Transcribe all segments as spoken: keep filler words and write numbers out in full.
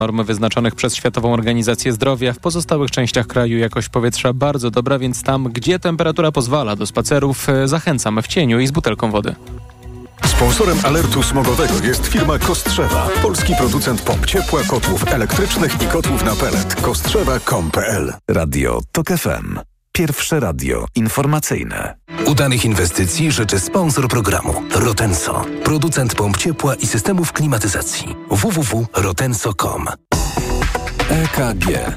norm wyznaczonych przez Światową Organizację Zdrowia. W pozostałych częściach kraju jakość powietrza bardzo dobra, więc tam, gdzie temperatura pozwala do spacerów, zachęcamy w cieniu i z butelką wody. Sponsorem alertu smogowego jest firma Kostrzewa, polski producent pomp ciepła, kotłów elektrycznych i kotłów na pelet. kostrzewa kropka com kropka p l. Radio TOK F M. Pierwsze radio informacyjne. Udanych inwestycji życzy sponsor programu Rotenso, producent pomp ciepła i systemów klimatyzacji. w w w kropka rotenso kropka com. E K G.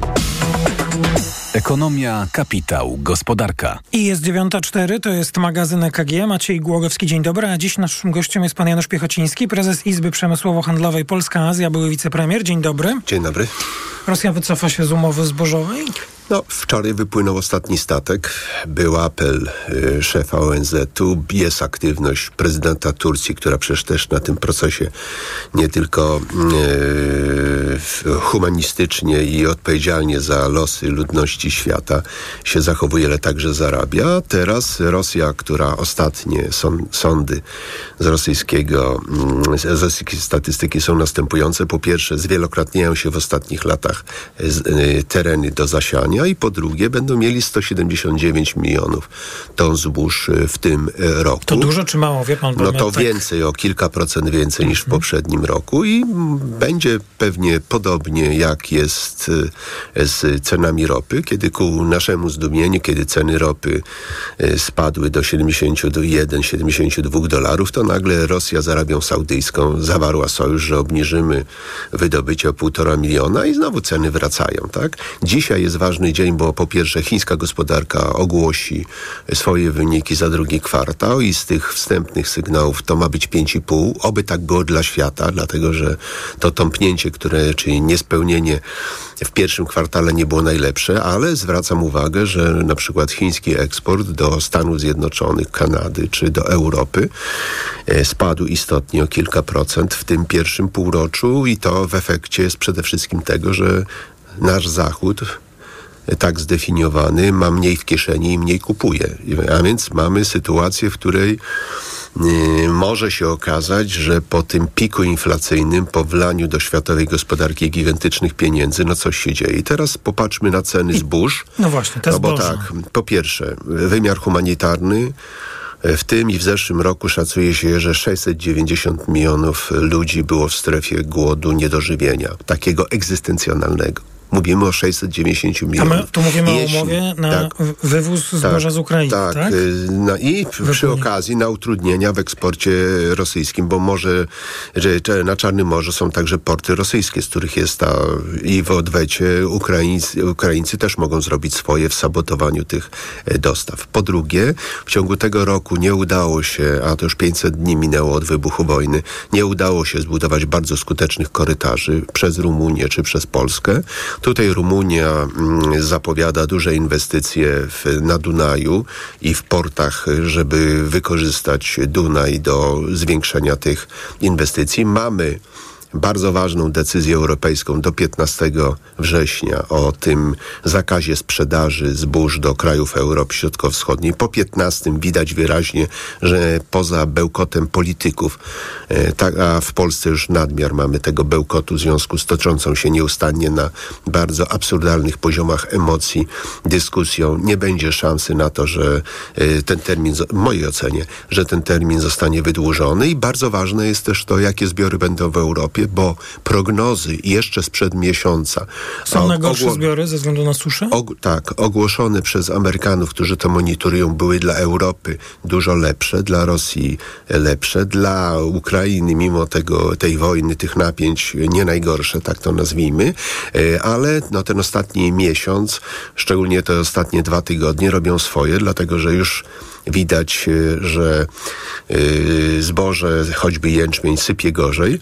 Ekonomia, kapitał, gospodarka. I jest dziewiąta cztery, to jest magazyn E K G. Maciej Głogowski, dzień dobry. A dziś naszym gościem jest pan Janusz Piechociński, prezes Izby Przemysłowo-Handlowej Polska-Azja, były wicepremier. Dzień dobry. Dzień dobry. Rosja wycofa się z umowy zbożowej? No, wczoraj wypłynął ostatni statek. Był apel y, szefa O N Z u, jest aktywność prezydenta Turcji, która przecież też na tym procesie nie tylko y, humanistycznie i odpowiedzialnie za losy ludności świata się zachowuje, ale także zarabia. Teraz Rosja, która ostatnie są, sądy z rosyjskiego, z rosyjskiej statystyki są następujące. Po pierwsze, zwielokrotniają się w ostatnich latach z, y, tereny do zasiania, i po drugie będą mieli sto siedemdziesiąt dziewięć milionów ton zbóż w tym roku. To dużo czy mało, wie pan? No to tak... więcej, o kilka procent więcej niż w poprzednim roku i będzie pewnie podobnie jak jest z cenami ropy, kiedy ku naszemu zdumieniu, kiedy ceny ropy spadły do siedemdziesiąt jeden siedemdziesiąt dwa dolarów, to nagle Rosja z Arabią Saudyjską zawarła sojusz, że obniżymy wydobycie o półtora miliona i znowu ceny wracają, tak? Dzisiaj jest ważny dzień, bo po pierwsze chińska gospodarka ogłosi swoje wyniki za drugi kwartał i z tych wstępnych sygnałów to ma być pięć i pół. Oby tak było dla świata, dlatego że to tąpnięcie, które, czyli niespełnienie w pierwszym kwartale nie było najlepsze, ale zwracam uwagę, że na przykład chiński eksport do Stanów Zjednoczonych, Kanady czy do Europy e, spadł istotnie o kilka procent w tym pierwszym półroczu i to w efekcie jest przede wszystkim tego, że nasz Zachód tak zdefiniowany ma mniej w kieszeni i mniej kupuje. A więc mamy sytuację, w której y, może się okazać, że po tym piku inflacyjnym, po wlaniu do światowej gospodarki gigantycznych pieniędzy, no coś się dzieje. I teraz popatrzmy na ceny zbóż. No właśnie, to jest no bo tak, po pierwsze, wymiar humanitarny. W tym i w zeszłym roku szacuje się, że sześćset dziewięćdziesiąt milionów ludzi było w strefie głodu, niedożywienia, takiego egzystencjonalnego. Mówimy o sześćset dziewięćdziesiąt milionów. A my tu mówimy Jeśli, o umowie na tak, wywóz zboża tak, z Ukrainy, tak? tak? No i przy okazji na utrudnienia w eksporcie rosyjskim, bo może, że na Czarnym Morzu są także porty rosyjskie, z których jest ta i w odwecie Ukraińcy, Ukraińcy też mogą zrobić swoje w sabotowaniu tych dostaw. Po drugie, w ciągu tego roku nie udało się, a to już pięćset dni minęło od wybuchu wojny, nie udało się zbudować bardzo skutecznych korytarzy przez Rumunię czy przez Polskę. Tutaj Rumunia mm, zapowiada duże inwestycje w, na Dunaju i w portach, żeby wykorzystać Dunaj do zwiększenia tych inwestycji. Mamy bardzo ważną decyzję europejską do piętnastego września o tym zakazie sprzedaży zbóż do krajów Europy Środkowo-Wschodniej. Po piętnastym widać wyraźnie, że poza bełkotem polityków, e, tak, a w Polsce już nadmiar mamy tego bełkotu w związku z toczącą się nieustannie na bardzo absurdalnych poziomach emocji dyskusją, nie będzie szansy na to, że e, ten termin, w mojej ocenie, że ten termin zostanie wydłużony i bardzo ważne jest też to, jakie zbiory będą w Europie, bo prognozy jeszcze sprzed miesiąca... Są na gorsze ogło- zbiory ze względu na suszę? Og- tak, ogłoszone przez Amerykanów, którzy to monitorują, były dla Europy dużo lepsze, dla Rosji lepsze, dla Ukrainy mimo tego, tej wojny, tych napięć nie najgorsze, tak to nazwijmy, e, ale no, ten ostatni miesiąc, szczególnie te ostatnie dwa tygodnie robią swoje, dlatego że już widać, że e, zboże, choćby jęczmień, sypie gorzej.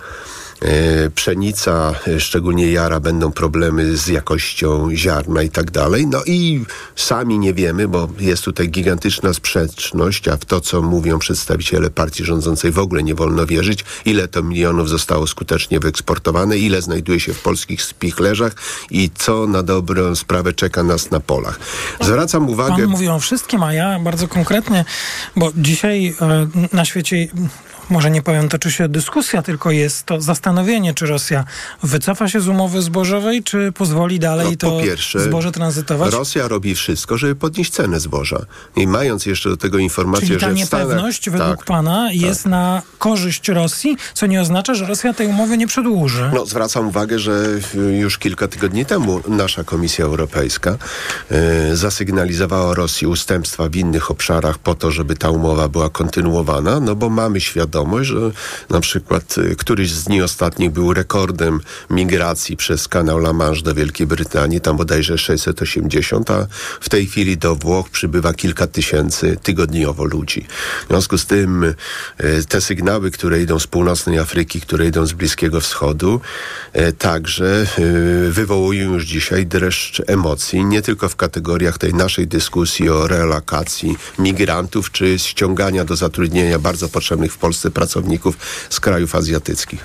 Pszenica, szczególnie jara, będą problemy z jakością ziarna i tak dalej. No i sami nie wiemy, bo jest tutaj gigantyczna sprzeczność, a w to, co mówią przedstawiciele partii rządzącej, w ogóle nie wolno wierzyć, ile to milionów zostało skutecznie wyeksportowane, ile znajduje się w polskich spichlerzach i co na dobrą sprawę czeka nas na polach. Zwracam uwagę... Pan mówi o wszystkim, a ja bardzo konkretnie, bo dzisiaj e, na świecie... może nie powiem, toczy się dyskusja, tylko jest to zastanowienie, czy Rosja wycofa się z umowy zbożowej, czy pozwoli dalej no, to po pierwsze, zboże tranzytować? Rosja robi wszystko, żeby podnieść cenę zboża. I mając jeszcze do tego informację, Czyli ta że w Stanach... niepewność według tak, pana jest tak. na korzyść Rosji, co nie oznacza, że Rosja tej umowy nie przedłuży. No, zwracam uwagę, że już kilka tygodni temu nasza Komisja Europejska e, zasygnalizowała Rosji ustępstwa w innych obszarach po to, żeby ta umowa była kontynuowana, no bo mamy świadomość, że na przykład e, któryś z dni ostatnich był rekordem migracji przez kanał La Manche do Wielkiej Brytanii, tam bodajże sześćset osiemdziesiąt, a w tej chwili do Włoch przybywa kilka tysięcy tygodniowo ludzi. W związku z tym e, te sygnały, które idą z północnej Afryki, które idą z Bliskiego Wschodu, e, także e, wywołują już dzisiaj dreszcz emocji, nie tylko w kategoriach tej naszej dyskusji o relokacji migrantów, czy ściągania do zatrudnienia bardzo potrzebnych w Polsce pracowników z krajów azjatyckich.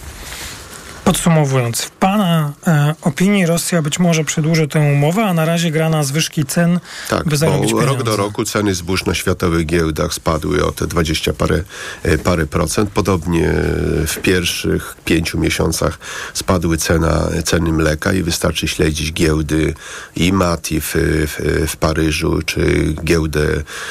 Podsumowując, w pana e, opinii Rosja być może przedłuży tę umowę, a na razie gra na zwyżki cen, tak, by zarobić bo pieniądze. Rok do roku ceny zbóż na światowych giełdach spadły o te dwadzieścia parę, parę procent. Podobnie w pierwszych pięciu miesiącach spadły cena, ceny mleka i wystarczy śledzić giełdy i M A T I w, w, w Paryżu, czy giełdę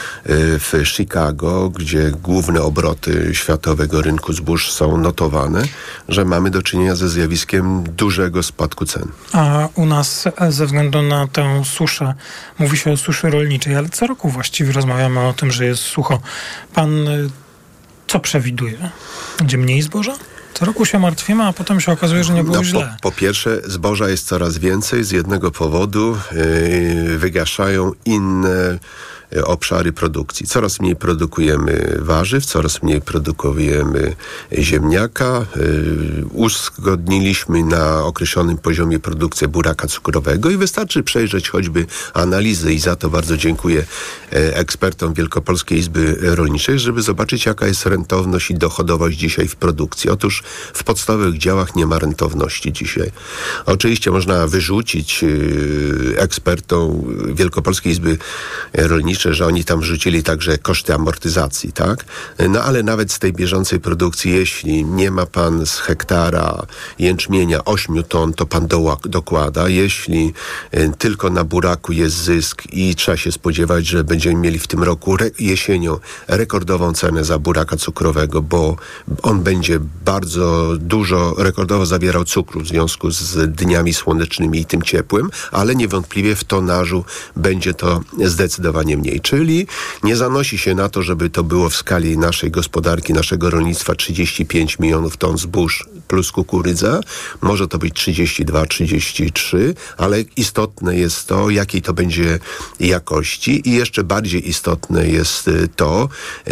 w Chicago, gdzie główne obroty światowego rynku zbóż są notowane, że mamy do czynienia ze zjawiskiem dużego spadku cen. A u nas ze względu na tę suszę, mówi się o suszy rolniczej, ale co roku właściwie rozmawiamy o tym, że jest sucho. Pan co przewiduje? Będzie mniej zboża? Co roku się martwimy, a potem się okazuje, że nie było no, źle. Po, po pierwsze, zboża jest coraz więcej z jednego powodu. Yy, wygaszają inne obszary produkcji. Coraz mniej produkujemy warzyw, coraz mniej produkujemy ziemniaka. Yy, uzgodniliśmy na określonym poziomie produkcję buraka cukrowego i wystarczy przejrzeć choćby analizy i za to bardzo dziękuję e, ekspertom Wielkopolskiej Izby Rolniczej, żeby zobaczyć, jaka jest rentowność i dochodowość dzisiaj w produkcji. Otóż w podstawowych działach nie ma rentowności dzisiaj. Oczywiście można wyrzucić yy, ekspertom Wielkopolskiej Izby Rolniczej, że oni tam wrzucili także koszty amortyzacji, tak? No ale nawet z tej bieżącej produkcji, jeśli nie ma pan z hektara jęczmienia ośmiu ton, to pan do, dokłada. Jeśli y, tylko na buraku jest zysk i trzeba się spodziewać, że będziemy mieli w tym roku re, jesienią rekordową cenę za buraka cukrowego, bo on będzie bardzo dużo, rekordowo zawierał cukru w związku z dniami słonecznymi i tym ciepłym, ale niewątpliwie w tonażu będzie to zdecydowanie mniej. Czyli nie zanosi się na to, żeby to było w skali naszej gospodarki, naszego rolnictwa trzydzieści pięć milionów ton zbóż plus kukurydza. Może to być trzydzieści dwa, trzydzieści trzy, ale istotne jest to, jakiej to będzie jakości i jeszcze bardziej istotne jest to,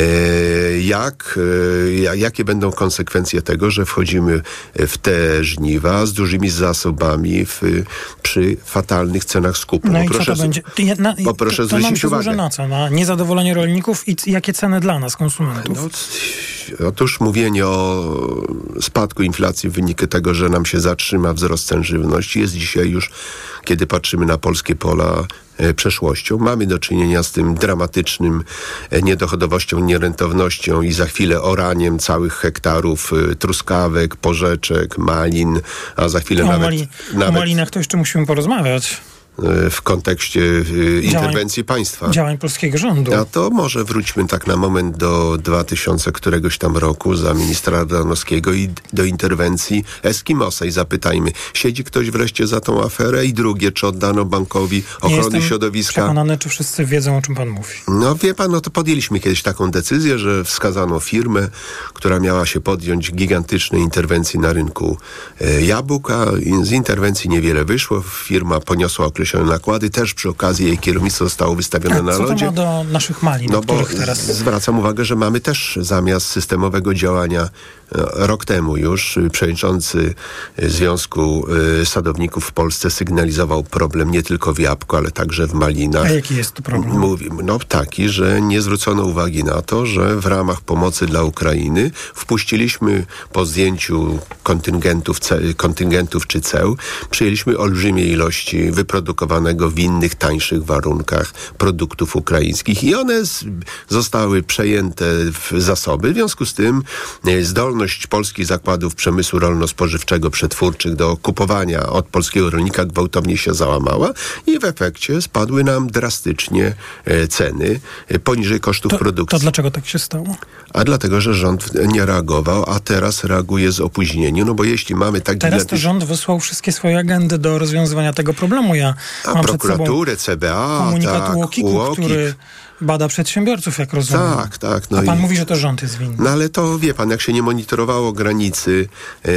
jak, jakie będą konsekwencje tego, że wchodzimy w te żniwa z dużymi zasobami w, przy fatalnych cenach skupu. No bo i proszę, co to będzie? Na, bo proszę to, to nam zwrócić się uwagę. złoży na co? Na niezadowolenie rolników i c- jakie ceny dla nas, konsumentów? No, otóż mówienie o spadku inflacji wynika tego, że nam się zatrzyma wzrost cen żywności. Jest dzisiaj już, kiedy patrzymy na polskie pola, e, przeszłością. Mamy do czynienia z tym dramatycznym e, niedochodowością, nierentownością i za chwilę oraniem całych hektarów e, truskawek, porzeczek, malin, a za chwilę o, nawet... mali, nawet o malinach to jeszcze musimy porozmawiać. w kontekście y, interwencji państwa. Działań polskiego rządu. A to może wróćmy tak na moment do dwa tysiące któregoś tam roku za ministra Ardanowskiego i do interwencji Eskimosa i zapytajmy, siedzi ktoś wreszcie za tą aferę? I drugie, czy oddano bankowi ochrony Nie jestem środowiska? przekonany, czy wszyscy wiedzą, o czym pan mówi. No wie pan, no to podjęliśmy kiedyś taką decyzję, że wskazano firmę, która miała się podjąć gigantycznej interwencji na rynku e, jabłek, a z interwencji niewiele wyszło. Firma poniosła określone nakłady, też przy okazji jej kierownictwo zostało wystawione A na co lodzie. to ma do naszych malin, No o bo których teraz... zwracam uwagę, że mamy też zamiast systemowego działania rok temu już przewodniczący Związku Sadowników w Polsce sygnalizował problem nie tylko w jabłku, ale także w malinach. A jaki jest to problem? Mówi, no taki, że nie zwrócono uwagi na to, że w ramach pomocy dla Ukrainy wpuściliśmy po zdjęciu kontyngentów, ce, kontyngentów czy ceł, przyjęliśmy olbrzymie ilości wyprodukowanych produkowanego w innych, tańszych warunkach produktów ukraińskich i one z, zostały przejęte w zasoby. W związku z tym e, zdolność polskich zakładów przemysłu rolno-spożywczego, przetwórczych do kupowania od polskiego rolnika gwałtownie się załamała i w efekcie spadły nam drastycznie e, ceny e, poniżej kosztów to, produkcji. To dlaczego tak się stało? A dlatego, że rząd nie reagował, a teraz reaguje z opóźnieniem, no bo jeśli mamy tak... Teraz gigantyczny... to rząd wysłał wszystkie swoje agendy do rozwiązywania tego problemu. Ja a mam prokuraturę, C B A, komunikat tak, U O K I-u, który bada przedsiębiorców, jak rozumiem. Tak, tak. No a pan i... mówi, że to rząd jest winny. No ale to wie pan, jak się nie monitorowało granicy yy,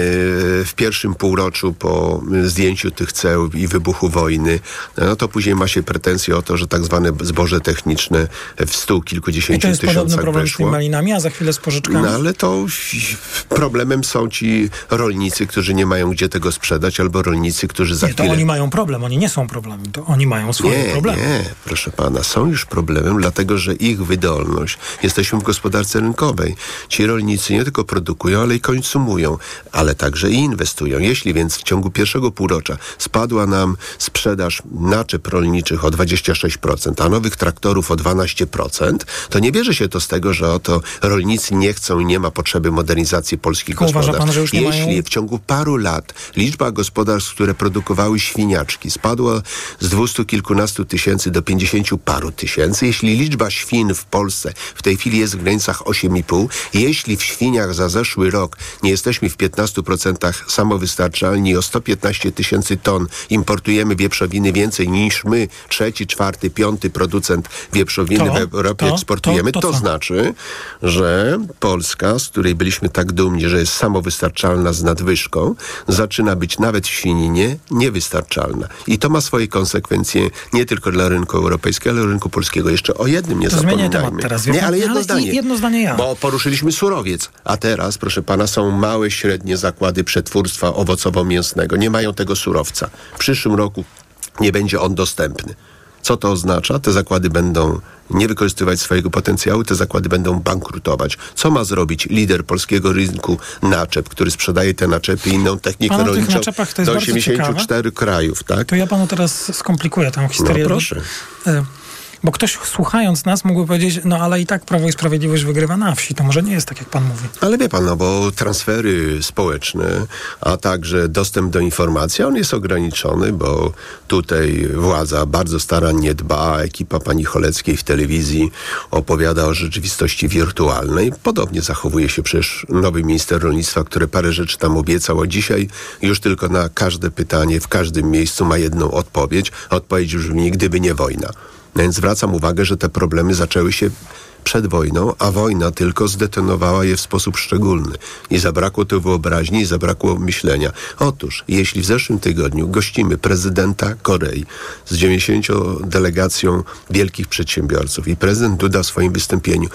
w pierwszym półroczu po zdjęciu tych ceł i wybuchu wojny, no to później ma się pretensje o to, że tak zwane zboże techniczne w stu kilkudziesięciu tysiącach weszło. I to jest podobny problem z tymi malinami, a za chwilę z pożyczkami? No ale to problemem są ci rolnicy, którzy nie mają gdzie tego sprzedać, albo rolnicy, którzy za nie, chwilę... to oni mają problem, oni nie są problemem, to oni mają swoje nie, problemy. Nie, proszę pana, są już problemem, dlatego że ich wydolność, jesteśmy w gospodarce rynkowej. Ci rolnicy nie tylko produkują, ale i konsumują, ale także i inwestują. Jeśli więc w ciągu pierwszego półrocza spadła nam sprzedaż naczep rolniczych o dwadzieścia sześć procent, a nowych traktorów o dwanaście procent, to nie bierze się to z tego, że oto rolnicy nie chcą i nie ma potrzeby modernizacji polskich Tylko gospodarstw. uważa pan, że już nie Jeśli mają... w ciągu paru lat liczba gospodarstw, które produkowały świniaczki, spadła z dwustu kilkunastu tysięcy do pięćdziesięciu paru tysięcy, jeśli liczba świn w Polsce w tej chwili jest w granicach osiem i pół, jeśli w świniach za zeszły rok nie jesteśmy w piętnastu procentach samowystarczalni, o sto piętnaście tysięcy ton importujemy wieprzowiny więcej niż my, trzeci, czwarty, piąty producent wieprzowiny to, w Europie to, eksportujemy, to, to, to, to znaczy, że Polska, z której byliśmy tak dumni, że jest samowystarczalna z nadwyżką, zaczyna być nawet w świninie niewystarczalna. I to ma swoje konsekwencje nie tylko dla rynku europejskiego, ale rynku polskiego. Jeszcze o jednym nie to zapominajmy. Temat teraz, nie, ale jedno ale zdanie. Jedno zdanie ja. Bo poruszyliśmy surowiec, a teraz, proszę pana, są małe, średnie zakłady przetwórstwa owocowo-mięsnego. Nie mają tego surowca. W przyszłym roku nie będzie on dostępny. Co to oznacza? Te zakłady będą nie wykorzystywać swojego potencjału, te zakłady będą bankrutować. Co ma zrobić lider polskiego rynku naczep, który sprzedaje te naczepy i inną technikę rolniczą do osiemdziesięciu czterech krajów, tak? To ja panu teraz skomplikuję tę historię. No proszę. Bo, bo ktoś słuchając nas mógłby powiedzieć, no ale i tak Prawo i Sprawiedliwość wygrywa na wsi. To może nie jest tak, jak pan mówi. Ale wie pan, no bo transfery społeczne, a także dostęp do informacji, on jest ograniczony, bo tutaj władza bardzo starannie dba, ekipa pani Choleckiej w telewizji opowiada o rzeczywistości wirtualnej. Podobnie zachowuje się przecież nowy minister rolnictwa, który parę rzeczy tam obiecał, a dzisiaj już tylko na każde pytanie w każdym miejscu ma jedną odpowiedź. Odpowiedź już brzmi, gdyby nie wojna. Więc zwracam uwagę, że te problemy zaczęły się przed wojną, a wojna tylko zdetonowała je w sposób szczególny. I zabrakło tu wyobraźni, i zabrakło myślenia. Otóż, jeśli w zeszłym tygodniu gościmy prezydenta Korei z dziewięćdziesięcią delegacją wielkich przedsiębiorców i prezydent Duda w swoim wystąpieniu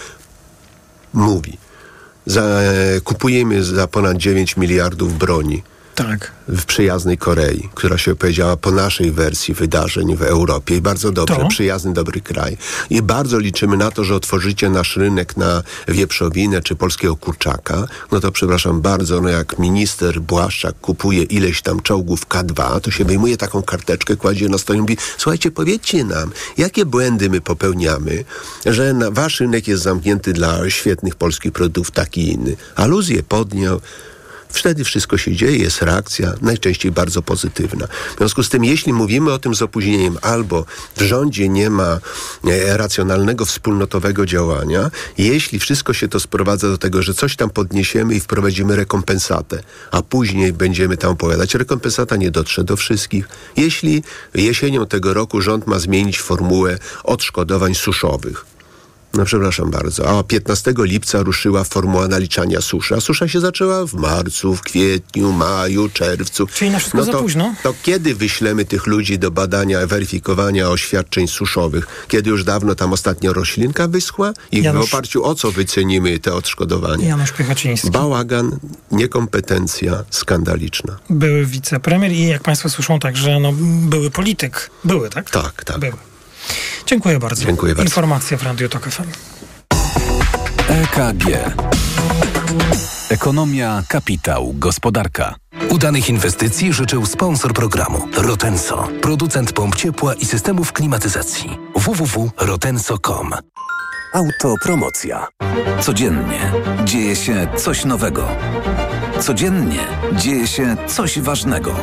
mówi, za, kupujemy za ponad dziewięć miliardów broni, tak, w przyjaznej Korei, która się opowiedziała po naszej wersji wydarzeń w Europie i bardzo dobrze, to? przyjazny, dobry kraj. I bardzo liczymy na to, że otworzycie nasz rynek na wieprzowinę czy polskiego kurczaka. No to przepraszam bardzo, no jak minister Błaszczak kupuje ileś tam czołgów K dwa, to się wyjmuje taką karteczkę, kładzie na stole i mówi, słuchajcie, powiedzcie nam, jakie błędy my popełniamy, że na, wasz rynek jest zamknięty dla świetnych polskich produktów, taki i inny. Aluzję podjął. Wtedy wszystko się dzieje, jest reakcja, najczęściej bardzo pozytywna. W związku z tym, jeśli mówimy o tym z opóźnieniem, albo w rządzie nie ma e, racjonalnego, wspólnotowego działania, jeśli wszystko się to sprowadza do tego, że coś tam podniesiemy i wprowadzimy rekompensatę, a później będziemy tam opowiadać, rekompensata nie dotrze do wszystkich. Jeśli jesienią tego roku rząd ma zmienić formułę odszkodowań suszowych, no przepraszam bardzo, a piętnastego lipca ruszyła formuła naliczania suszy, a susza się zaczęła w marcu, w kwietniu, maju, czerwcu. Czyli na wszystko no to, za późno? To kiedy wyślemy tych ludzi do badania, weryfikowania oświadczeń suszowych? Kiedy już dawno tam ostatnio roślinka wyschła i Janusz, w oparciu o co wycenimy te odszkodowania? Janusz Piechociński. Bałagan, niekompetencja skandaliczna. Były wicepremier i jak państwo słyszą także, no były polityk. Były, tak? Tak, tak. Były. Dziękuję bardzo. Dziękuję bardzo. Informacja w Radiu Tok F M. E K G. Ekonomia, kapitał, gospodarka. Udanych inwestycji życzył sponsor programu Rotenso, producent pomp ciepła i systemów klimatyzacji. w w w kropka rotenso kropka com. Autopromocja. Codziennie dzieje się coś nowego. Codziennie dzieje się coś ważnego.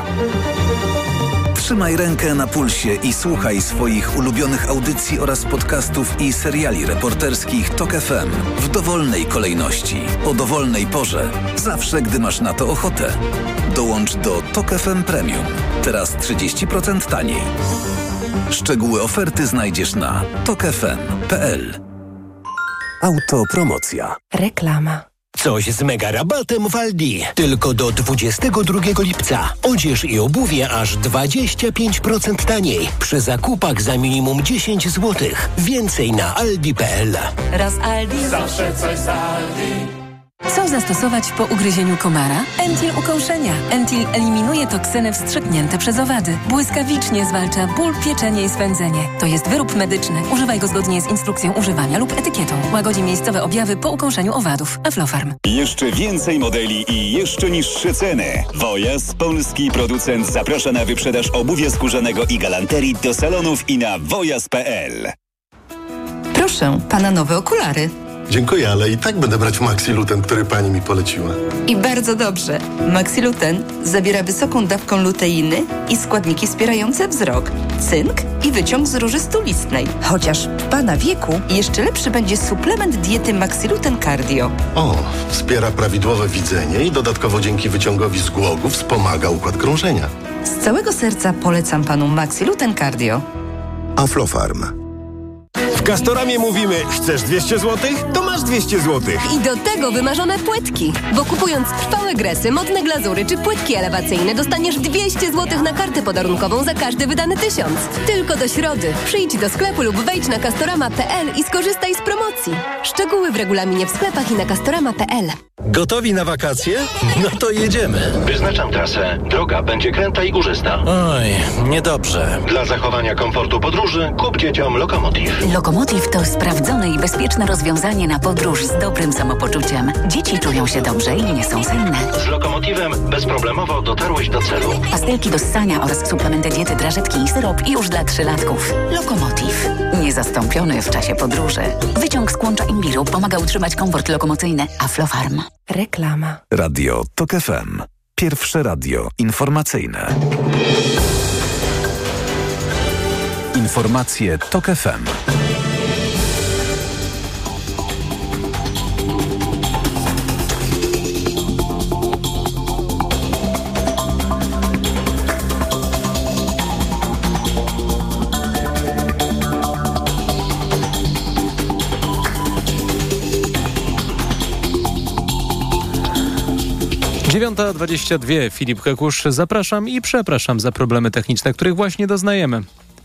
Trzymaj rękę na pulsie i słuchaj swoich ulubionych audycji oraz podcastów i seriali reporterskich Tok F M w dowolnej kolejności, o dowolnej porze, zawsze gdy masz na to ochotę. Dołącz do Tok F M Premium. Teraz trzydzieści procent taniej. Szczegóły oferty znajdziesz na tok f m kropka p l. Autopromocja. Reklama. Coś z mega rabatem w Aldi. Tylko do dwudziestego drugiego lipca. Odzież i obuwie aż dwadzieścia pięć procent taniej. Przy zakupach za minimum dziesięć złotych. Więcej na aldi kropka p l. Raz Aldi. Zawsze coś z Aldi. Co zastosować po ugryzieniu komara? Entil ukąszenia. Entil eliminuje toksyny wstrzyknięte przez owady. Błyskawicznie zwalcza ból, pieczenie i swędzenie. To jest wyrób medyczny. Używaj go zgodnie z instrukcją używania lub etykietą. Łagodzi miejscowe objawy po ukąszeniu owadów. Aflofarm. Jeszcze więcej modeli i jeszcze niższe ceny. Wojas, polski producent, zaprasza na wyprzedaż obuwia skórzanego i galanterii do salonów i na wojas kropka p l. Proszę, pana nowe okulary. Dziękuję, ale i tak będę brać Maxiluten, który pani mi poleciła. I bardzo dobrze. Maxiluten zawiera wysoką dawką luteiny i składniki wspierające wzrok, cynk i wyciąg z róży stulistnej. Chociaż w pana wieku jeszcze lepszy będzie suplement diety Maxiluten Cardio. O, wspiera prawidłowe widzenie i dodatkowo dzięki wyciągowi z głogów wspomaga układ krążenia. Z całego serca polecam panu Maxiluten Cardio. Aflofarm. W Castoramie mówimy, chcesz dwieście złotych? To masz dwieście złotych. I do tego wymarzone płytki. Bo kupując trwałe gresy, modne glazury czy płytki elewacyjne dostaniesz dwieście złotych na kartę podarunkową za każdy wydany tysiąc. Tylko do środy. Przyjdź do sklepu lub wejdź na castorama kropka p l i skorzystaj z promocji. Szczegóły w regulaminie w sklepach i na castorama kropka p l. Gotowi na wakacje? No to jedziemy. Wyznaczam trasę. Droga będzie kręta i górzysta. Oj, niedobrze. Dla zachowania komfortu podróży kup dzieciom Lokomotiv. Lokomotiv to sprawdzone i bezpieczne rozwiązanie na podróż z dobrym samopoczuciem. Dzieci czują się dobrze i nie są senne. Z Lokomotivem bezproblemowo dotarłeś do celu. Pastelki do ssania oraz suplementy diety, drażetki i syrop już dla trzylatków. Lokomotiv. Niezastąpiony w czasie podróży. Wyciąg z kłącza imbiru pomaga utrzymać komfort lokomocyjny. Aflofarm. Reklama. Radio Tok F M. Pierwsze radio informacyjne. Informacje Tok F M. dziewiąta dwadzieścia dwa. Filip Kekusz. Zapraszam i przepraszam za problemy techniczne, których właśnie doznajemy.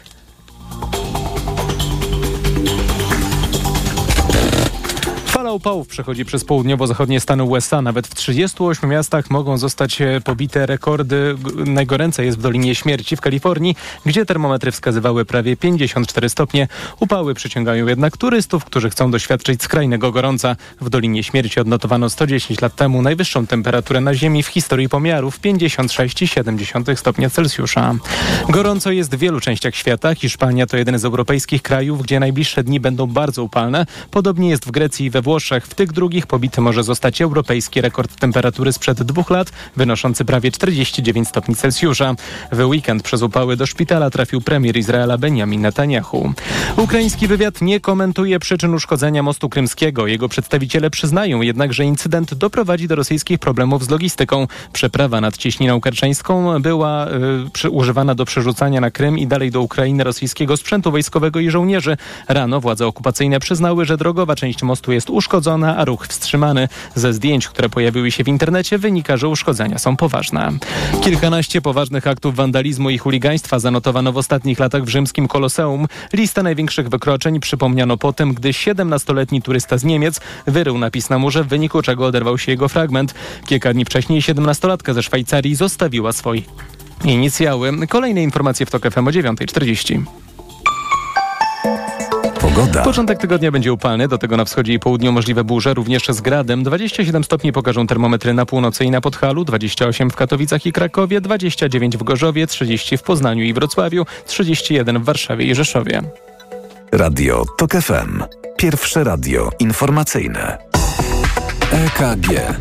Fala upałów przechodzi przez południowo-zachodnie stany U S A. Nawet w trzydziestu ośmiu miastach mogą zostać pobite rekordy. Najgoręcej jest w Dolinie Śmierci w Kalifornii, gdzie termometry wskazywały prawie pięćdziesiąt cztery stopnie. Upały przyciągają jednak turystów, którzy chcą doświadczyć skrajnego gorąca. W Dolinie Śmierci odnotowano sto dziesięć lat temu najwyższą temperaturę na Ziemi w historii pomiarów, pięćdziesiąt sześć przecinek siedem stopnia Celsjusza. Gorąco jest w wielu częściach świata. Hiszpania to jeden z europejskich krajów, gdzie najbliższe dni będą bardzo upalne. Podobnie jest w Grecji i we Włoszech. W tych drugich pobity może zostać europejski rekord temperatury sprzed dwóch lat, wynoszący prawie czterdzieści dziewięć stopni Celsjusza. W weekend przez upały do szpitala trafił premier Izraela Benjamin Netanyahu. Ukraiński wywiad nie komentuje przyczyn uszkodzenia mostu krymskiego. Jego przedstawiciele przyznają jednak, że incydent doprowadzi do rosyjskich problemów z logistyką. Przeprawa nad Cieśniną Kerczeńską była y, przy, używana do przerzucania na Krym i dalej do Ukrainy rosyjskiego sprzętu wojskowego i żołnierzy. Rano władze okupacyjne przyznały, że drogowa część mostu jest uszkodzona, a ruch wstrzymany. Ze zdjęć, które pojawiły się w internecie, wynika, że uszkodzenia są poważne. Kilkanaście poważnych aktów wandalizmu i chuligaństwa zanotowano w ostatnich latach w rzymskim Koloseum. Listę największych wykroczeń przypomniano po tym, gdy siedemnastoletni turysta z Niemiec wyrył napis na murze, w wyniku czego oderwał się jego fragment. Kilka dni wcześniej siedemnastolatka ze Szwajcarii zostawiła swoje inicjały. Kolejne informacje w Tok F M o dziewiąta czterdzieści. Pogoda. Początek tygodnia będzie upalny, do tego na wschodzie i południu możliwe burze, również z gradem. dwadzieścia siedem stopni pokażą termometry na północy i na Podhalu, dwadzieścia osiem w Katowicach i Krakowie, dwadzieścia dziewięć w Gorzowie, trzydzieści w Poznaniu i Wrocławiu, trzydzieści jeden w Warszawie i Rzeszowie. Radio TOK F M. Pierwsze radio informacyjne. E K G.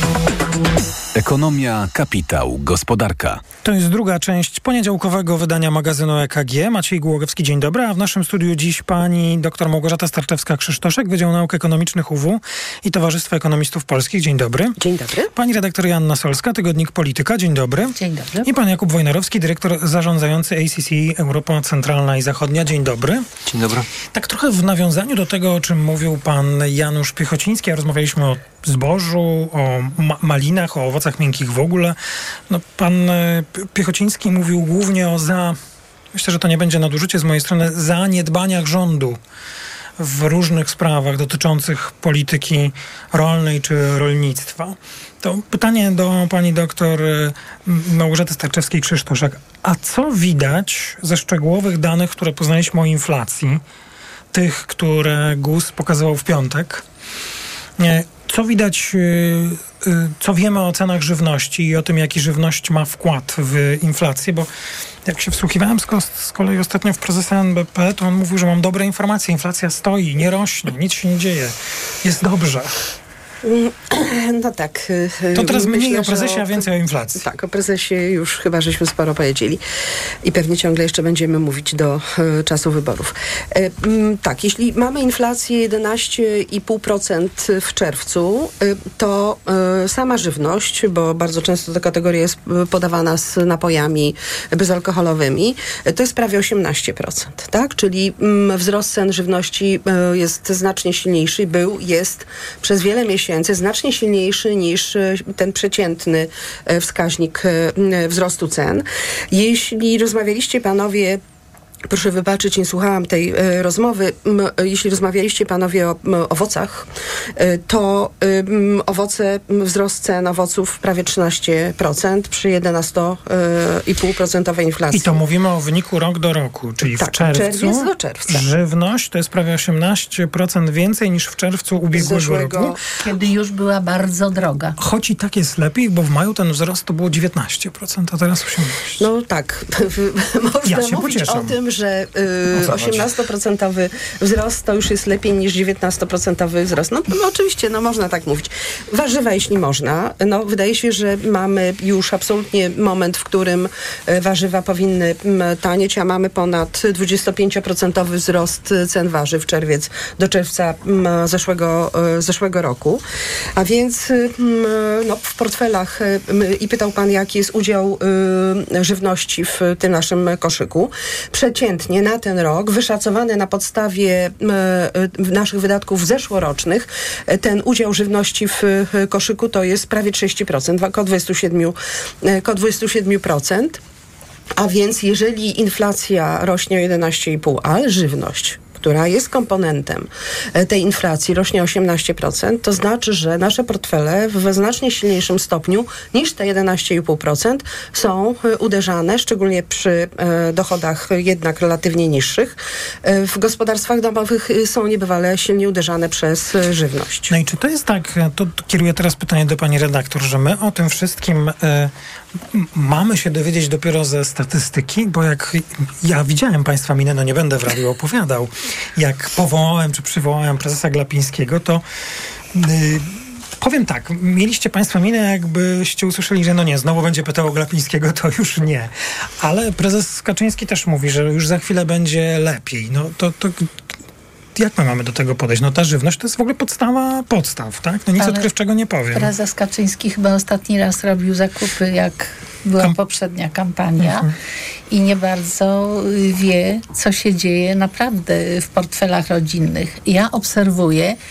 Ekonomia, kapitał, gospodarka. To jest druga część poniedziałkowego wydania magazynu E K G. Maciej Głogowski, dzień dobry. A w naszym studiu dziś pani dr Małgorzata Starczewska-Krzysztoszek, Wydział Nauk Ekonomicznych U W i Towarzystwo Ekonomistów Polskich. Dzień dobry. Dzień dobry. Pani redaktor Joanna Solska, Tygodnik Polityka. Dzień dobry. Dzień dobry. I pan Jakub Wojnarowski, dyrektor zarządzający A C C Europa Centralna i Zachodnia. Dzień dobry. Dzień dobry. Tak trochę w nawiązaniu do tego, o czym mówił pan Janusz Piechociński, a rozmawialiśmy o zbożu, o ma- malinach, o owocach miękkich w ogóle. No, pan e, Piechociński mówił głównie o za, myślę, że to nie będzie nadużycie z mojej strony, zaniedbaniach rządu w różnych sprawach dotyczących polityki rolnej czy rolnictwa. To pytanie do pani doktor Małgorzaty Starczewskiej-Krzysztoszek. A co widać ze szczegółowych danych, które poznaliśmy o inflacji, tych, które G U S pokazywał w piątek? Co widać, co wiemy o cenach żywności i o tym, jaki żywność ma wkład w inflację? Bo jak się wsłuchiwałem z, z kolei ostatnio w prezesa N B P, to on mówił, że mam dobre informacje. Inflacja stoi, nie rośnie, nic się nie dzieje. Jest dobrze. No tak. To teraz Myślę, mniej o prezesie, o, a więcej o inflacji. Tak, o prezesie już chyba żeśmy sporo powiedzieli. I pewnie ciągle jeszcze będziemy mówić do e, czasu wyborów. E, m, tak, jeśli mamy inflację jedenaście i pół procent w czerwcu, e, to e, sama żywność, bo bardzo często ta kategoria jest podawana z napojami bezalkoholowymi, e, to jest prawie osiemnaście procent, tak? Czyli m, wzrost cen żywności e, jest znacznie silniejszy, był, jest przez wiele miesięcy znacznie silniejszy niż ten przeciętny wskaźnik wzrostu cen. Jeśli rozmawialiście panowie, proszę wybaczyć, nie słuchałam tej e, rozmowy. M, jeśli rozmawialiście panowie o m, owocach, e, to m, owoce, m, wzrost cen owoców prawie trzynaście procent przy jedenaście i pół procent inflacji. I to mówimy o wyniku rok do roku, czyli tak, w czerwcu czerwiec do czerwca. Żywność to jest prawie osiemnaście procent więcej niż w czerwcu ubiegłego Zeszłego... roku. Kiedy już była bardzo droga. Choć i tak jest lepiej, bo w maju ten wzrost to było dziewiętnaście procent, a teraz osiemnaście procent. No tak. Można ja się mówić pocieszam. o tym, że y, osiemnaście procent wzrost to już jest lepiej niż dziewiętnaście procent wzrost. No, no oczywiście, no można tak mówić. Warzywa, jeśli można. No wydaje się, że mamy już absolutnie moment, w którym warzywa powinny tanieć, a mamy ponad dwudziestopięcioprocentowy wzrost cen warzyw czerwiec do czerwca zeszłego, zeszłego roku. A więc no, w portfelach i pytał pan, jaki jest udział y, żywności w tym naszym koszyku. Przeciętnie na ten rok, wyszacowany na podstawie y, naszych wydatków zeszłorocznych, ten udział żywności w y, koszyku to jest prawie trzydzieści procent, około dwadzieścia siedem procent. A więc jeżeli inflacja rośnie o jedenaście i pół procent, ale żywność, która jest komponentem tej inflacji, rośnie osiemnaście procent, to znaczy, że nasze portfele w znacznie silniejszym stopniu niż te jedenaście i pół procent są uderzane, szczególnie przy e, dochodach jednak relatywnie niższych. E, w gospodarstwach domowych są niebywale silnie uderzane przez e, żywność. No i czy to jest tak, to kieruję teraz pytanie do pani redaktor, że my o tym wszystkim e, mamy się dowiedzieć dopiero ze statystyki, bo jak ja widziałem państwa minę, no nie będę w radiu opowiadał, jak powołałem czy przywołałem prezesa Glapińskiego, to yy, powiem tak, mieliście państwo minę, jakbyście usłyszeli, że no nie, znowu będzie pytał o Glapińskiego, to już nie. Ale prezes Kaczyński też mówi, że już za chwilę będzie lepiej. No to, to jak my mamy do tego podejść? No ta żywność to jest w ogóle podstawa podstaw, tak? No nic Ale odkrywczego nie powiem. Prezes Kaczyński chyba ostatni raz robił zakupy, jak była Kam- poprzednia kampania mhm. i nie bardzo wie, co się dzieje naprawdę w portfelach rodzinnych. Ja obserwuję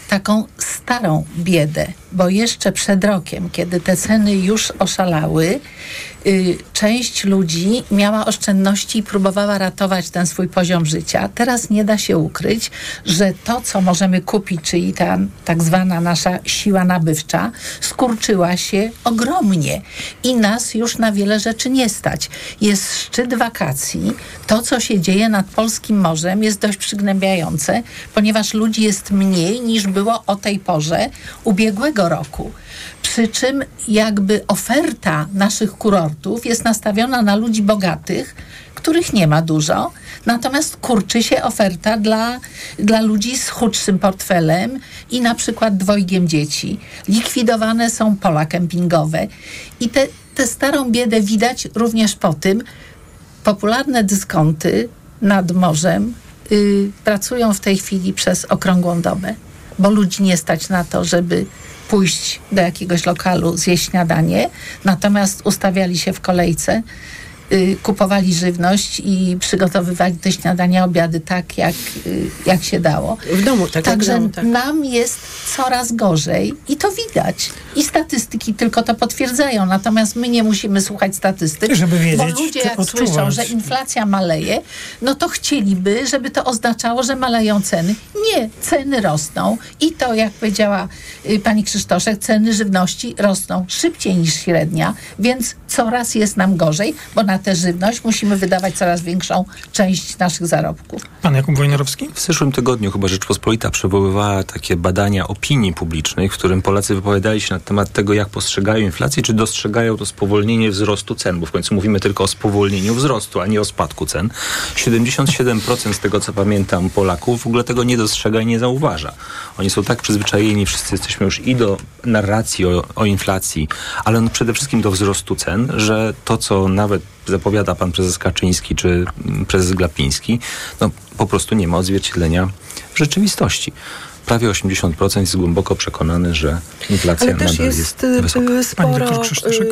taką starą biedę, bo jeszcze przed rokiem, kiedy te ceny już oszalały, y, część ludzi miała oszczędności i próbowała ratować ten swój poziom życia. Teraz nie da się ukryć, że to, co możemy kupić, czyli ta tak zwana nasza siła nabywcza, skurczyła się ogromnie i nas już na wiele rzeczy nie stać. Jest szczyt wakacji. To, co się dzieje nad polskim morzem, jest dość przygnębiające, ponieważ ludzi jest mniej niż było o tej porze ubiegłego roku. Przy czym jakby oferta naszych kurortów jest nastawiona na ludzi bogatych, których nie ma dużo, natomiast kurczy się oferta dla, dla ludzi z chudszym portfelem i na przykład dwojgiem dzieci. Likwidowane są pola kempingowe i te, tę starą biedę widać również po tym, popularne dyskonty nad morzem y, pracują w tej chwili przez okrągłą dobę, bo ludzi nie stać na to, żeby pójść do jakiegoś lokalu, zjeść śniadanie, natomiast ustawiali się w kolejce, y, kupowali żywność i przygotowywali te śniadania, obiady tak, jak, y, jak się dało. W domu, tak. Także w domu, tak. nam jest coraz gorzej i to widać. I statystyki tylko to potwierdzają. Natomiast my nie musimy słuchać statystyk, żeby wiedzieć, bo ludzie jak odczuwać. słyszą, że inflacja maleje, no to chcieliby, żeby to oznaczało, że maleją ceny. Nie, ceny rosną i to, jak powiedziała y, pani Krzysztoszek, ceny żywności rosną szybciej niż średnia, więc coraz jest nam gorzej, bo na tę żywność musimy wydawać coraz większą część naszych zarobków. Pan Jakub Wojnarowski? W zeszłym tygodniu chyba Rzeczpospolita przywoływała takie badania opinii publicznej, w którym Polacy wypowiadali się na temat tego, jak postrzegają inflację, czy dostrzegają to spowolnienie wzrostu cen, bo w końcu mówimy tylko o spowolnieniu wzrostu, a nie o spadku cen. siedemdziesiąt siedem procent z tego, co pamiętam, Polaków w ogóle tego nie dostrzega i nie zauważa. Oni są tak przyzwyczajeni, wszyscy jesteśmy już i do narracji o, o inflacji, ale no przede wszystkim do wzrostu cen, że to, co nawet zapowiada pan prezes Kaczyński czy prezes Glapiński, no po prostu nie ma odzwierciedlenia w rzeczywistości. Prawie osiemdziesiąt procent jest głęboko przekonany, że inflacja Ale też nadal jest, jest wysoka. sporo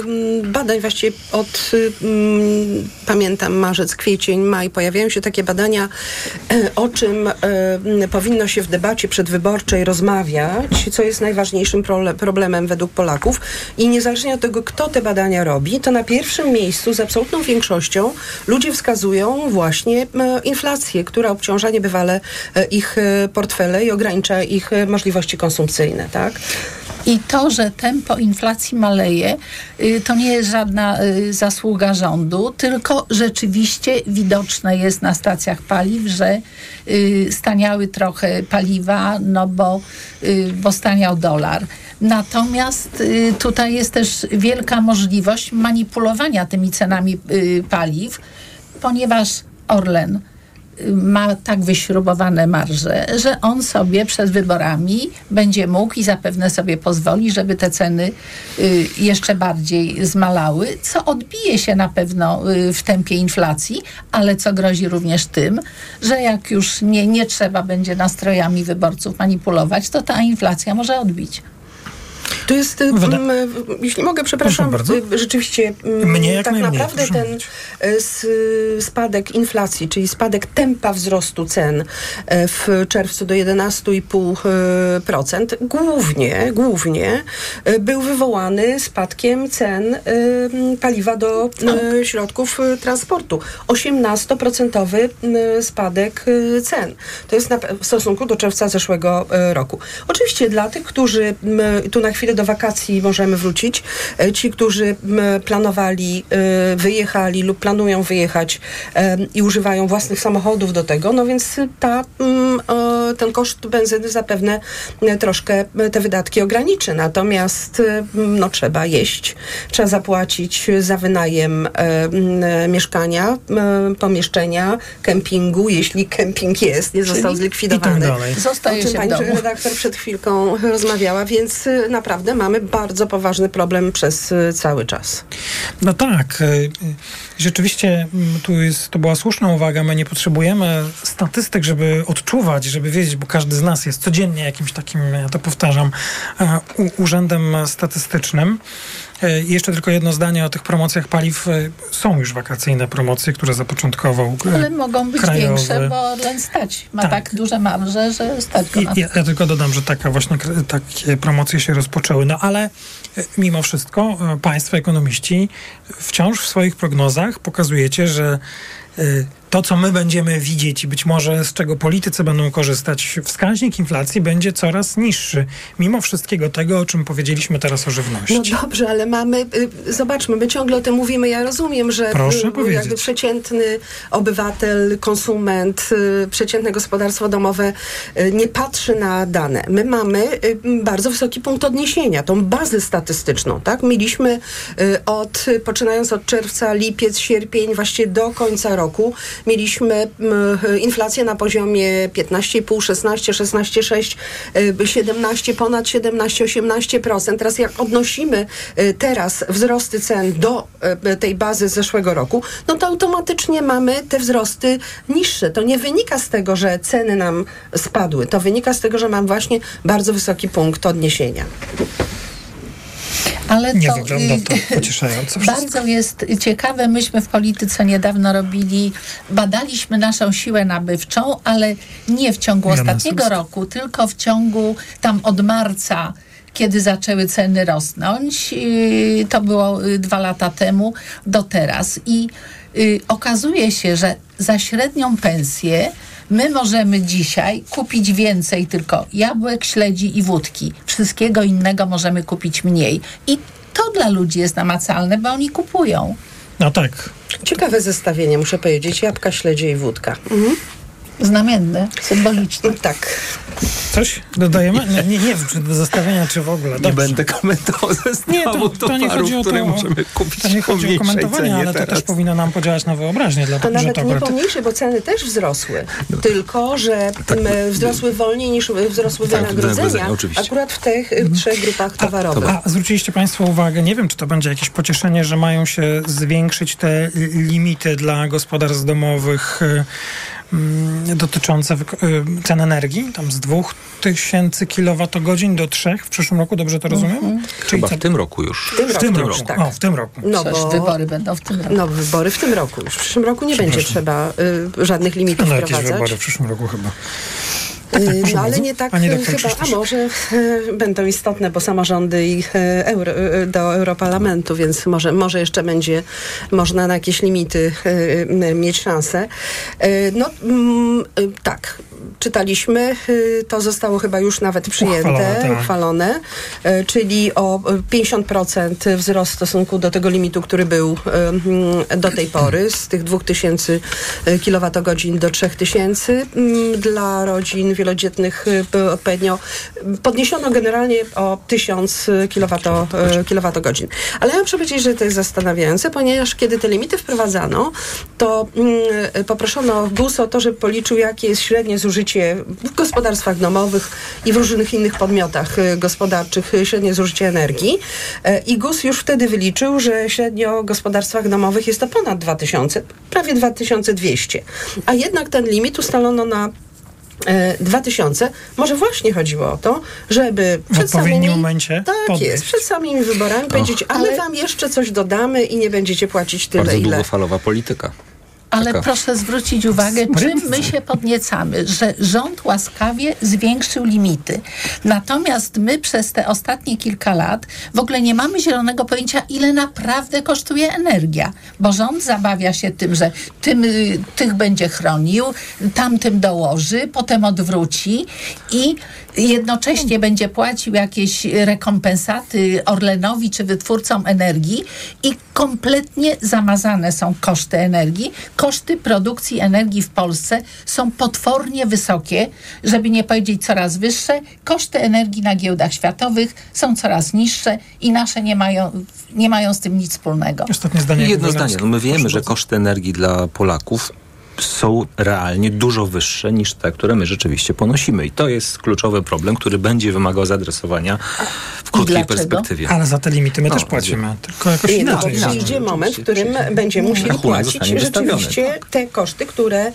badań, właściwie od, um, pamiętam, marzec, kwiecień, maj, pojawiają się takie badania, o czym um, powinno się w debacie przedwyborczej rozmawiać, co jest najważniejszym prole- problemem według Polaków. I niezależnie od tego, kto te badania robi, to na pierwszym miejscu z absolutną większością ludzie wskazują właśnie um, inflację, która obciąża niebywale um, ich portfele i ogranicza ich możliwości konsumpcyjne, tak? I to, że tempo inflacji maleje, to nie jest żadna zasługa rządu, tylko rzeczywiście widoczne jest na stacjach paliw, że staniały trochę paliwa, no bo, bo staniał dolar. Natomiast tutaj jest też wielka możliwość manipulowania tymi cenami paliw, ponieważ Orlen ma tak wyśrubowane marże, że on sobie przed wyborami będzie mógł i zapewne sobie pozwoli, żeby te ceny y, jeszcze bardziej zmalały, co odbije się na pewno y, w tempie inflacji, ale co grozi również tym, że jak już nie, nie trzeba będzie nastrojami wyborców manipulować, to ta inflacja może odbić. To jest, m, jeśli mogę, przepraszam, rzeczywiście Mnie jak tak najmniej, naprawdę ten s, spadek inflacji, czyli spadek tempa wzrostu cen w czerwcu do jedenaście i pół procent głównie, głównie był wywołany spadkiem cen paliwa do środków transportu. osiemnastoprocentowy spadek cen. To jest na, w stosunku do czerwca zeszłego roku. Oczywiście dla tych, którzy tu na chwilę do wakacji możemy wrócić. Ci, którzy planowali, wyjechali lub planują wyjechać i używają własnych samochodów do tego, no więc ta, ten koszt benzyny zapewne troszkę te wydatki ograniczy. Natomiast no, trzeba jeść, trzeba zapłacić za wynajem mieszkania, pomieszczenia, kempingu, jeśli kemping jest, nie został zlikwidowany. Zostaje o czym się pani w domu. redaktor przed chwilką rozmawiała, więc naprawdę mamy bardzo poważny problem przez cały czas. No tak. Rzeczywiście tu jest, to była słuszna uwaga. My nie potrzebujemy statystyk, żeby odczuwać, żeby wiedzieć, bo każdy z nas jest codziennie jakimś takim, ja to powtarzam, urzędem statystycznym. E, jeszcze tylko jedno zdanie o tych promocjach paliw. E, są już wakacyjne promocje, które zapoczątkował e, Ale mogą być krajowy. większe, bo Orlen stać. Ma tak, tak duże marże, że stać go na I, ja, ja tylko dodam, że taka właśnie takie promocje się rozpoczęły. No ale e, mimo wszystko e, państwo ekonomiści wciąż w swoich prognozach pokazujecie, że e, to, co my będziemy widzieć i być może z czego politycy będą korzystać, wskaźnik inflacji będzie coraz niższy. Mimo wszystkiego tego, o czym powiedzieliśmy teraz o żywności. No dobrze, ale mamy, y, zobaczmy, my ciągle o tym mówimy. Ja rozumiem, że Proszę y, jakby przeciętny obywatel, konsument, y, przeciętne gospodarstwo domowe y, nie patrzy na dane. My mamy y, bardzo wysoki punkt odniesienia, tą bazę statystyczną, tak? Mieliśmy y, od, poczynając od czerwca, lipiec, sierpień, właściwie do końca roku, mieliśmy y, inflację na poziomie piętnaście i pół, szesnaście, szesnaście przecinek sześć, y, siedemnaście, ponad siedemnaście, osiemnaście procent. Teraz jak odnosimy y, teraz wzrosty cen do y, tej bazy z zeszłego roku, no to automatycznie mamy te wzrosty niższe. To nie wynika z tego, że ceny nam spadły. To wynika z tego, że mam właśnie bardzo wysoki punkt odniesienia. Ale nie to, wygląda to pocieszająco. Bardzo jest ciekawe. Myśmy w polityce niedawno robili, badaliśmy naszą siłę nabywczą, ale nie w ciągu ostatniego roku, tylko w ciągu tam od marca, kiedy zaczęły ceny rosnąć. To było dwa lata temu do teraz. I y, okazuje się, że za średnią pensję my możemy dzisiaj kupić więcej tylko jabłek, śledzi i wódki. Wszystkiego innego możemy kupić mniej. I to dla ludzi jest namacalne, bo oni kupują. No tak. Ciekawe zestawienie, muszę powiedzieć. Jabłka, śledzie i wódka. Mhm. Znamienne, symboliczne. Tak. Coś dodajemy? Nie, nie, nie wiem, czy do zestawienia, czy w ogóle. Dobrze. Nie będę komentował zestawu nie, to, to nie chodzi o to, które możemy kupić. To nie chodzi o komentowanie, ale teraz. to też powinno nam podziałać na wyobraźnię. Dla, to nawet to nie pomniejsze, bo ceny też wzrosły. No. Tylko, że tak, wzrosły wolniej niż wzrosły tak, wynagrodzenia. Akurat w tych hmm. trzech grupach towarowych. A, a zwróciliście Państwo uwagę, nie wiem, czy to będzie jakieś pocieszenie, że mają się zwiększyć te limity dla gospodarstw domowych dotyczące cen energii, tam z dwóch tysięcy kilowatogodzin do trzech w przyszłym roku, dobrze to rozumiem? Mm-hmm. Chyba w tym roku już. W tym, w tym roku, roku. Tak. O, w tym roku. No bo wybory będą w tym roku. No, wybory w tym roku. Już w przyszłym roku nie będzie trzeba y, żadnych limitów no, wprowadzać. Jakieś wybory w przyszłym roku chyba. Tak, tak, no ale nie tak chyba, a może e, będą istotne, bo samorządy i e, euro, e, do Europarlamentu, więc może, może jeszcze będzie można na jakieś limity e, mieć szansę. E, no m, e, tak, czytaliśmy, e, to zostało chyba już nawet przyjęte, uchwalone, tak. uchwalone e, czyli o pięćdziesiąt procent wzrost w stosunku do tego limitu, który był e, do tej pory, z tych dwóch tysięcy kilowatogodzin do trzech tysięcy dla rodzin wielodzietnych odpowiednio podniesiono generalnie o tysiąc kilowatogodzin. Ale ja muszę powiedzieć, że to jest zastanawiające, ponieważ kiedy te limity wprowadzano, to mm, poproszono G U S o to, żeby policzył, jakie jest średnie zużycie w gospodarstwach domowych i w różnych innych podmiotach gospodarczych, średnie zużycie energii. I G U S już wtedy wyliczył, że średnio w gospodarstwach domowych jest to ponad dwa tysiące, prawie dwa tysiące dwieście. A jednak ten limit ustalono na dwa tysiące. Może właśnie chodziło o to, żeby w przed samymi, momencie tak podnieść. jest, przed samymi wyborami Och. powiedzieć, a my wam jeszcze coś dodamy i nie będziecie płacić tyle, Bardzo ile. długofalowa polityka. Ale Taka. proszę zwrócić uwagę, czym my się podniecamy, że rząd łaskawie zwiększył limity. Natomiast my przez te ostatnie kilka lat w ogóle nie mamy zielonego pojęcia, ile naprawdę kosztuje energia. Bo rząd zabawia się tym, że tym, tych będzie chronił, tamtym dołoży, potem odwróci i jednocześnie będzie płacił jakieś rekompensaty Orlenowi czy wytwórcom energii i kompletnie zamazane są koszty energii. Koszty produkcji energii w Polsce są potwornie wysokie, żeby nie powiedzieć coraz wyższe. Koszty energii na giełdach światowych są coraz niższe i nasze nie mają, nie mają z tym nic wspólnego. Ostatnie zdanie. Jedno zdanie. No my wiemy, że koszty energii dla Polaków są realnie dużo wyższe niż te, które my rzeczywiście ponosimy. I to jest kluczowy problem, który będzie wymagał zaadresowania w krótkiej perspektywie. Ale za te limity my no, też płacimy, tylko jakoś nie, inaczej. No, przyjdzie moment, w którym będziemy musieli Rachunek płacić rzeczywiście tak. te koszty, które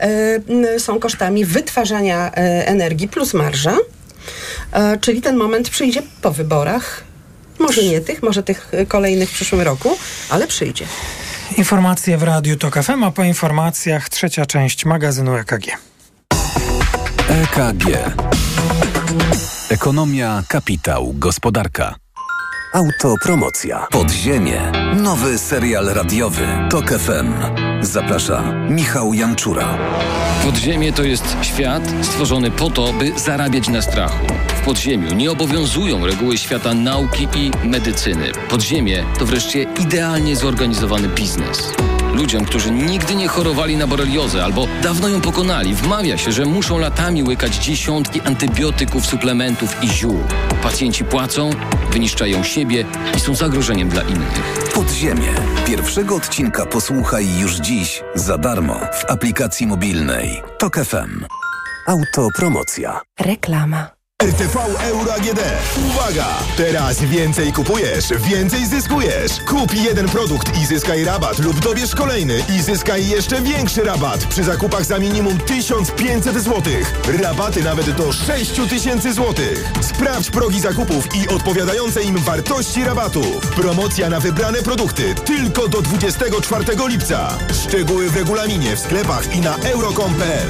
e, są kosztami wytwarzania e, energii plus marża, e, czyli ten moment przyjdzie po wyborach. Może nie tych, może tych kolejnych w przyszłym roku, ale przyjdzie. Informacje w Radiu Tok F M, a po informacjach trzecia część magazynu E K G. E K G. Ekonomia, kapitał, gospodarka. Autopromocja. Podziemie. Nowy serial radiowy. Tok F M. Zaprasza Michał Janczura. Podziemie to jest świat stworzony po to, by zarabiać na strachu. W podziemiu nie obowiązują reguły świata nauki i medycyny. Podziemie to wreszcie idealnie zorganizowany biznes. Ludziom, którzy nigdy nie chorowali na boreliozę albo dawno ją pokonali, wmawia się, że muszą latami łykać dziesiątki antybiotyków, suplementów i ziół. Pacjenci płacą, wyniszczają siebie i są zagrożeniem dla innych. Podziemie. Pierwszego odcinka posłuchaj już dziś za darmo w aplikacji mobilnej Tok F M. Autopromocja. Reklama. R T V Euro A G D. Uwaga! Teraz więcej kupujesz, więcej zyskujesz. Kup jeden produkt i zyskaj rabat lub dobierz kolejny i zyskaj jeszcze większy rabat przy zakupach za minimum tysiąc pięćset złotych. Rabaty nawet do sześć tysięcy złotych. Sprawdź progi zakupów i odpowiadające im wartości rabatów. Promocja na wybrane produkty tylko do dwudziestego czwartego lipca. Szczegóły w regulaminie, w sklepach i na euro kropka com kropka p l.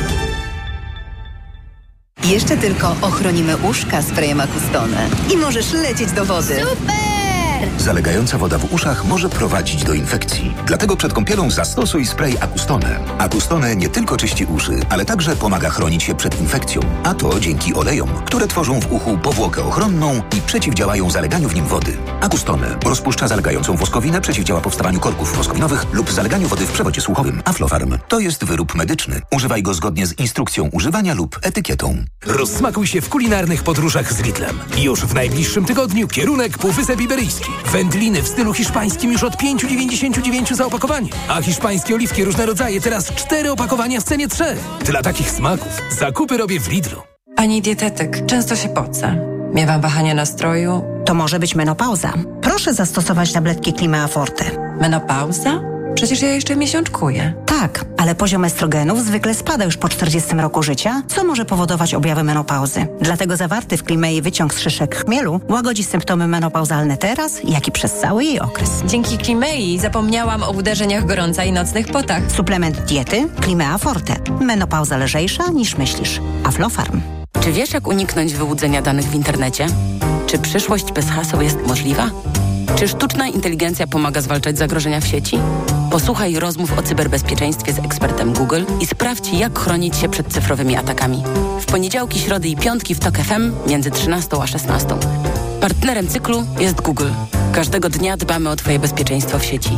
Jeszcze tylko ochronimy uszka sprayem Acustone i możesz lecieć do wody. Super! Zalegająca woda w uszach może prowadzić do infekcji. Dlatego przed kąpielą zastosuj spray Acustone. Acustone nie tylko czyści uszy, ale także pomaga chronić się przed infekcją. A to dzięki olejom, które tworzą w uchu powłokę ochronną i przeciwdziałają zaleganiu w nim wody. Acustone rozpuszcza zalegającą woskowinę, przeciwdziała powstawaniu korków woskowinowych lub zaleganiu wody w przewodzie słuchowym. Aflofarm to jest wyrób medyczny. Używaj go zgodnie z instrukcją używania lub etykietą. Rozsmakuj się w kulinarnych podróżach z Lidlem. Już w najbliższym tygodniu kierunek Półwysep Iberyjski. Wędliny w stylu hiszpańskim już od pięć dziewięćdziesiąt dziewięć za opakowanie. A hiszpańskie oliwki różne rodzaje teraz cztery opakowania w cenie trzech. Dla takich smaków zakupy robię w Lidlu. Pani dietetyk, często się pocę. Miewam wahania nastroju. To może być menopauza. Proszę zastosować tabletki Climea Forte. Menopauza? Przecież ja jeszcze miesiączkuję. Tak, ale poziom estrogenów zwykle spada już po czterdziestym roku życia, co może powodować objawy menopauzy. Dlatego zawarty w Climei wyciąg z szyszek chmielu łagodzi symptomy menopauzalne teraz, jak i przez cały jej okres. Dzięki Climei zapomniałam o uderzeniach gorąca i nocnych potach. Suplement diety Climea Forte. Menopauza lżejsza niż myślisz. Aflofarm. Czy wiesz, jak uniknąć wyłudzenia danych w internecie? Czy przyszłość bez haseł jest możliwa? Czy sztuczna inteligencja pomaga zwalczać zagrożenia w sieci? Posłuchaj rozmów o cyberbezpieczeństwie z ekspertem Google i sprawdź, jak chronić się przed cyfrowymi atakami. W poniedziałki, środy i piątki w Tok F M między trzynastą a szesnastą. Partnerem cyklu jest Google. Każdego dnia dbamy o Twoje bezpieczeństwo w sieci.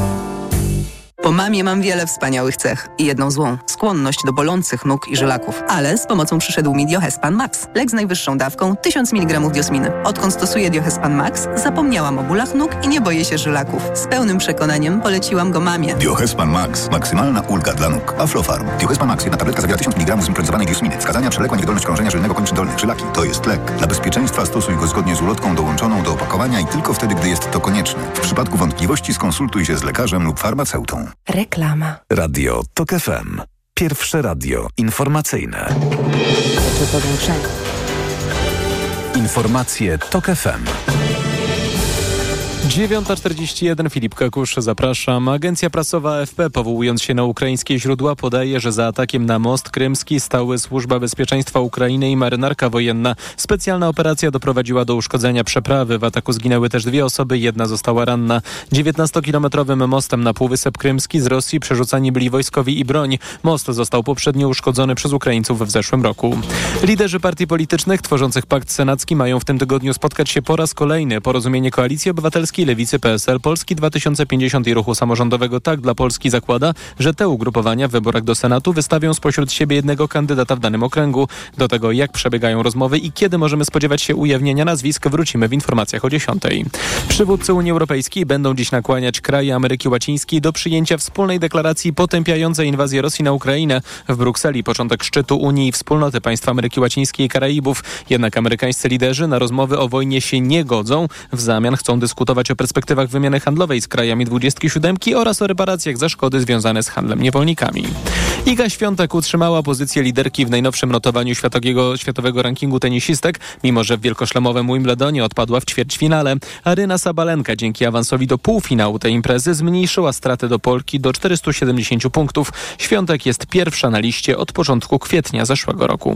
Po mamie mam wiele wspaniałych cech i jedną złą – skłonność do bolących nóg i żylaków. Ale z pomocą przyszedł mi Diohespan Max. Lek z najwyższą dawką tysiąc miligramów diosminy. Odkąd stosuję Diohespan Max, zapomniałam o bólach nóg i nie boję się żylaków. Z pełnym przekonaniem poleciłam go mamie. Diohespan Max. Maksymalna ulga dla nóg. Aflofarm. Diohespan Max. Jedna tabletka zawiera tysiąc miligramów zimpronizowanej diosminy. Wskazania: przewlekła niewydolność krążenia żylnego kończyn dolnych. Żylaki. To jest lek. Dla bezpieczeństwa stosuj go zgodnie z ulotką dołączoną do opakowania i tylko wtedy, gdy jest to konieczne. W przypadku wątpliwości skonsultuj się z lekarzem lub farmaceutą. Reklama. Radio Tok F M. Pierwsze radio informacyjne. Informacje Tok F M. dziewiąta czterdzieści jeden, Filip Kakusz, zapraszam. Agencja prasowa A F P, powołując się na ukraińskie źródła, podaje, że za atakiem na most krymski stały Służba Bezpieczeństwa Ukrainy i marynarka wojenna. Specjalna operacja doprowadziła do uszkodzenia przeprawy. W ataku zginęły też dwie osoby, jedna została ranna. dziewiętnastokilometrowym mostem na Półwysep Krymski z Rosji przerzucani byli wojskowi i broń. Most został poprzednio uszkodzony przez Ukraińców w zeszłym roku. Liderzy partii politycznych tworzących pakt senacki mają w tym tygodniu spotkać się po raz kolejny. Porozumienie Koalicji Obywatelskiej, Lewicy, P S L, Polski dwa tysiące pięćdziesiąt i Ruchu Samorządowego Tak dla Polski zakłada, że te ugrupowania w wyborach do Senatu wystawią spośród siebie jednego kandydata w danym okręgu. Do tego, jak przebiegają rozmowy i kiedy możemy spodziewać się ujawnienia nazwisk, wrócimy w informacjach o dziesiątej. Przywódcy Unii Europejskiej będą dziś nakłaniać kraje Ameryki Łacińskiej do przyjęcia wspólnej deklaracji potępiającej inwazję Rosji na Ukrainę. W Brukseli początek szczytu Unii i Wspólnoty Państw Ameryki Łacińskiej i Karaibów. Jednak amerykańscy liderzy na rozmowy o wojnie się nie godzą. W zamian chcą dyskutować podyskutować o perspektywach wymiany handlowej z krajami dwudziestki siódemki oraz o reparacjach za szkody związane z handlem niewolnikami. Iga Świątek utrzymała pozycję liderki w najnowszym notowaniu światowego, światowego rankingu tenisistek, mimo że w wielkoszlemowym Wimbledonie odpadła w ćwierćfinale. Aryna Sabalenka dzięki awansowi do półfinału tej imprezy zmniejszyła stratę do Polki do czterystu siedemdziesięciu punktów. Świątek jest pierwsza na liście od początku kwietnia zeszłego roku.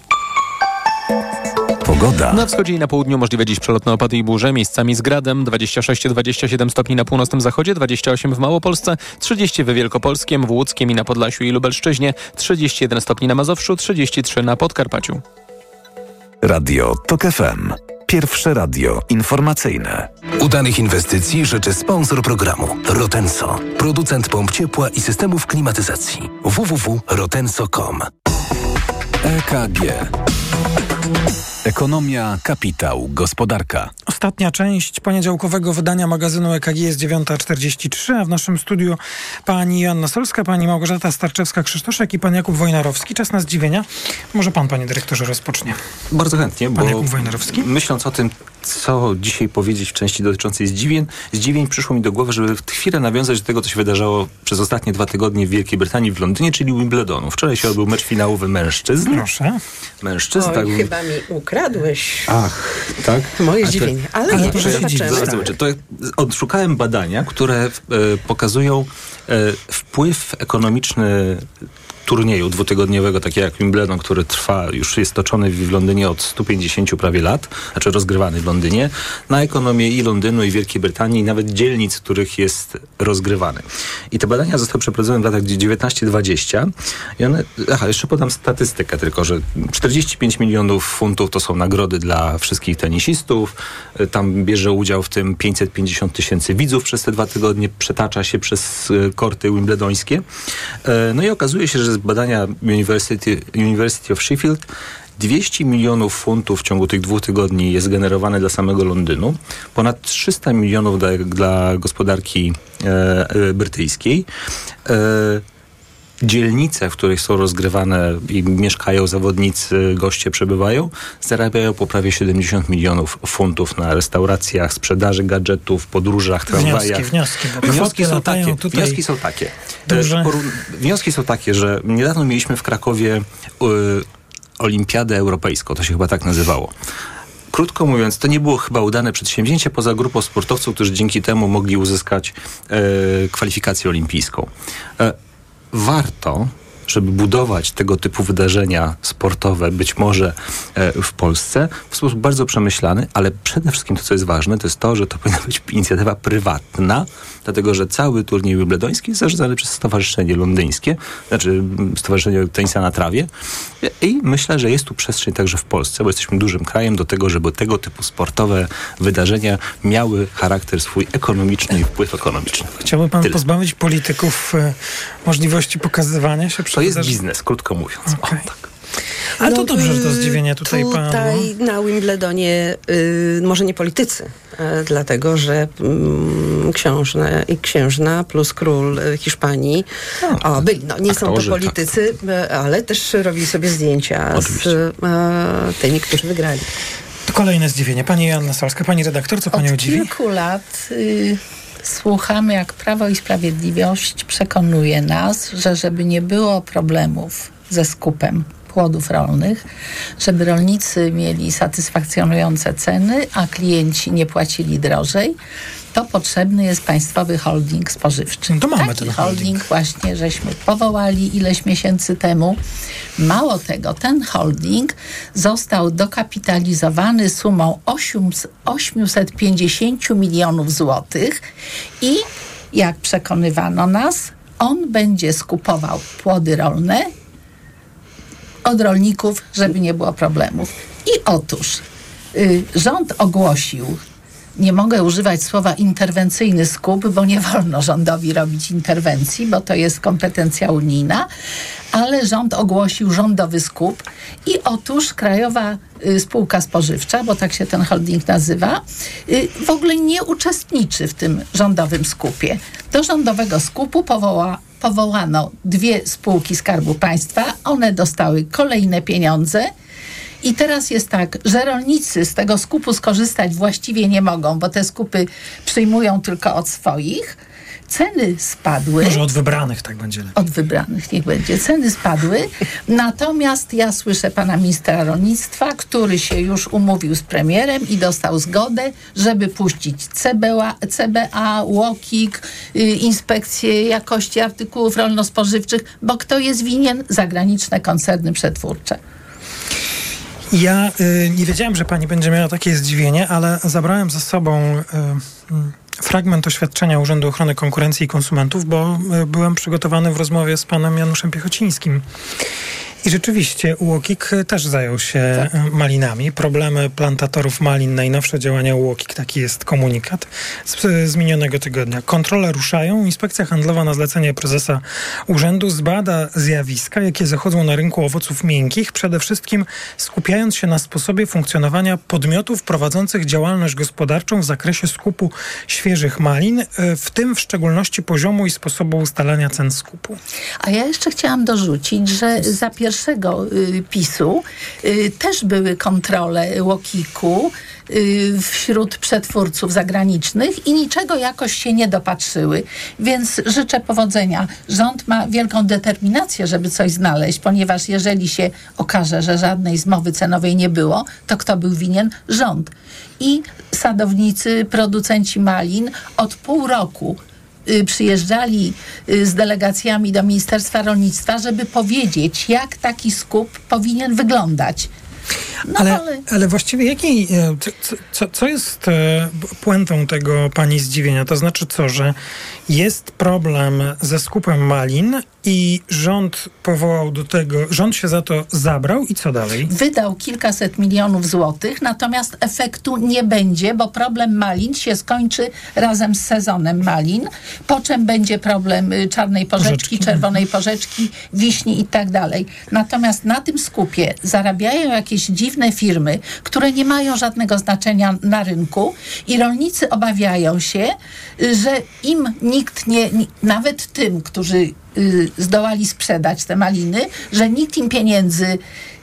Pogoda. Na wschodzie i na południu możliwe dziś przelotne opady i burze, miejscami z gradem, dwadzieścia sześć do dwudziestu siedmiu stopni na północnym zachodzie, dwadzieścia osiem w Małopolsce, trzydzieści w Wielkopolskiem, w Łódzkiem i na Podlasiu i Lubelszczyźnie, trzydzieści jeden stopni na Mazowszu, trzydzieści trzy na Podkarpaciu. Radio TOK F M. Pierwsze radio informacyjne. Udanych inwestycji życzy sponsor programu Rotenso, producent pomp ciepła i systemów klimatyzacji. w w w kropka rotenso kropka com. E K G. Ekonomia, kapitał, gospodarka. Ostatnia część poniedziałkowego wydania magazynu E K G jest dziewiąta czterdzieści trzy, a w naszym studiu pani Joanna Solska, pani Małgorzata Starczewska-Krzysztoszek i pan Jakub Wojnarowski. Czas na zdziwienia. Może pan, panie dyrektorze, rozpocznie. Bardzo chętnie, Pan bo Jakub Wojnarowski? myśląc o tym, co dzisiaj powiedzieć w części dotyczącej zdziwień, zdziwień przyszło mi do głowy, żeby w chwilę nawiązać do tego, co się wydarzało przez ostatnie dwa tygodnie w Wielkiej Brytanii, w Londynie, czyli Wimbledonu. Wczoraj się odbył mecz finałowy mężczyzn. Proszę. Mężczyzn, Oj, tak. chyba mi ukradłeś Ach, tak? moje A to- zdziwienie. Ale, ale nie, proszę, zobaczymy. Zobacz, zobacz, to odszukałem badania, które e, pokazują e, wpływ ekonomiczny turnieju dwutygodniowego, takiego jak Wimbledon, który trwa, już jest toczony w Londynie od stu pięćdziesięciu prawie lat, znaczy rozgrywany w Londynie, na ekonomię i Londynu, i Wielkiej Brytanii, i nawet dzielnic, w których jest rozgrywany. I te badania zostały przeprowadzone w latach dziewiętnaście dwadzieścia i one, aha, jeszcze podam statystykę tylko, że czterdzieści pięć milionów funtów to są nagrody dla wszystkich tenisistów, tam bierze udział w tym pięćset pięćdziesiąt tysięcy widzów przez te dwa tygodnie, przetacza się przez korty wimbledońskie. No i okazuje się, że z badania University, University of Sheffield dwieście milionów funtów w ciągu tych dwóch tygodni jest generowane dla samego Londynu. Ponad trzysta milionów dla, dla gospodarki e, e, brytyjskiej. E, Dzielnice, w których są rozgrywane i mieszkają zawodnicy, goście przebywają, zarabiają po prawie siedemdziesiąt milionów funtów na restauracjach, sprzedaży gadżetów, podróżach, tramwajach. Wnioski, wnioski. Bo Wnioski są takie. tutaj Wnioski są takie. Duże. Poró- Wnioski są takie, że niedawno mieliśmy w Krakowie y, Olimpiadę Europejską, to się chyba tak nazywało. Krótko mówiąc, to nie było chyba udane przedsięwzięcie poza grupą sportowców, którzy dzięki temu mogli uzyskać y, kwalifikację olimpijską. Y, warto, żeby budować tego typu wydarzenia sportowe, być może e, w Polsce, w sposób bardzo przemyślany, ale przede wszystkim to, co jest ważne, to jest to, że to powinna być inicjatywa prywatna, dlatego, że cały turniej wimbledoński jest zarządzany przez Stowarzyszenie Londyńskie, znaczy Stowarzyszenie Tenisa na Trawie i myślę, że jest tu przestrzeń także w Polsce, bo jesteśmy dużym krajem do tego, żeby tego typu sportowe wydarzenia miały charakter swój ekonomiczny i wpływ ekonomiczny. Chciałby pan Tyle. pozbawić polityków e, możliwości pokazywania się? To jest biznes, krótko mówiąc. Okay. O, tak. Ale to No, dobrze, że to zdziwienie tutaj, Tutaj padło. na Wimbledonie y, może nie politycy, y, dlatego że y, książne i księżna plus król y, Hiszpanii o, byli. No, nie są to Aktorzy, politycy, y, ale też robili sobie zdjęcia Oczywiście. z y, tymi, którzy wygrali. To kolejne zdziwienie. Pani Joanna Solska, pani redaktor, co panią Od dziwi? kilku lat y, słuchamy, jak Prawo i Sprawiedliwość przekonuje nas, że żeby nie było problemów ze skupem płodów rolnych, żeby rolnicy mieli satysfakcjonujące ceny, a klienci nie płacili drożej, to potrzebny jest państwowy holding spożywczy. No to mamy Taki ten holding. holding właśnie żeśmy powołali ileś miesięcy temu. Mało tego, ten holding został dokapitalizowany sumą osiemset pięćdziesiąt milionów złotych i jak przekonywano nas, on będzie skupował płody rolne od rolników, żeby nie było problemów. I otóż y, rząd ogłosił, nie mogę używać słowa interwencyjny skup, bo nie wolno rządowi robić interwencji, bo to jest kompetencja unijna, ale rząd ogłosił rządowy skup i otóż Krajowa y, Spółka Spożywcza, bo tak się ten holding nazywa, y, w ogóle nie uczestniczy w tym rządowym skupie. Do rządowego skupu powoła powołano dwie spółki Skarbu Państwa, one dostały kolejne pieniądze I teraz jest tak, że rolnicy z tego skupu skorzystać właściwie nie mogą, bo te skupy przyjmują tylko od swoich. Ceny spadły. Może od wybranych tak będzie lepiej. Od wybranych niech będzie. Ceny spadły. Natomiast ja słyszę pana ministra rolnictwa, który się już umówił z premierem i dostał zgodę, żeby puścić C B A, C B A UOKiK, y, Inspekcję Jakości Artykułów Rolno-Spożywczych, bo kto jest winien? Zagraniczne koncerny przetwórcze. Ja y, nie wiedziałem, że pani będzie miała takie zdziwienie, ale zabrałem ze sobą y, y, fragment oświadczenia Urzędu Ochrony Konkurencji i Konsumentów, bo y, byłem przygotowany w rozmowie z panem Januszem Piechocińskim. I rzeczywiście UOKiK też zajął się tak. malinami. Problemy plantatorów malin, najnowsze działania UOKiK, taki jest komunikat z, z minionego tygodnia. Kontrole ruszają. Inspekcja Handlowa na zlecenie prezesa urzędu zbada zjawiska, jakie zachodzą na rynku owoców miękkich, przede wszystkim skupiając się na sposobie funkcjonowania podmiotów prowadzących działalność gospodarczą w zakresie skupu świeżych malin, w tym w szczególności poziomu i sposobu ustalania cen skupu. A ja jeszcze chciałam dorzucić, że za pierwszego y, PiSu y, też były kontrole UOKiK-u y, wśród przetwórców zagranicznych i niczego jakoś się nie dopatrzyły. Więc życzę powodzenia. Rząd ma wielką determinację, żeby coś znaleźć, ponieważ jeżeli się okaże, że żadnej zmowy cenowej nie było, to kto był winien? Rząd. I sadownicy, producenci malin od pół roku przyjeżdżali z delegacjami do Ministerstwa Rolnictwa, żeby powiedzieć, jak taki skup powinien wyglądać. No, ale, ale... ale właściwie jaki, co, co, co jest puentą tego pani zdziwienia? To znaczy co, że jest problem ze skupem malin i rząd powołał do tego, rząd się za to zabrał i co dalej? Wydał kilkaset milionów złotych, natomiast efektu nie będzie, bo problem malin się skończy razem z sezonem malin, po czym będzie problem czarnej porzeczki, porzeczki. czerwonej porzeczki, wiśni i tak dalej. Natomiast na tym skupie zarabiają jakieś dziwne firmy, które nie mają żadnego znaczenia na rynku i rolnicy obawiają się, że im nikt nie, nawet tym, którzy zdołali sprzedać te maliny, że nikt im pieniędzy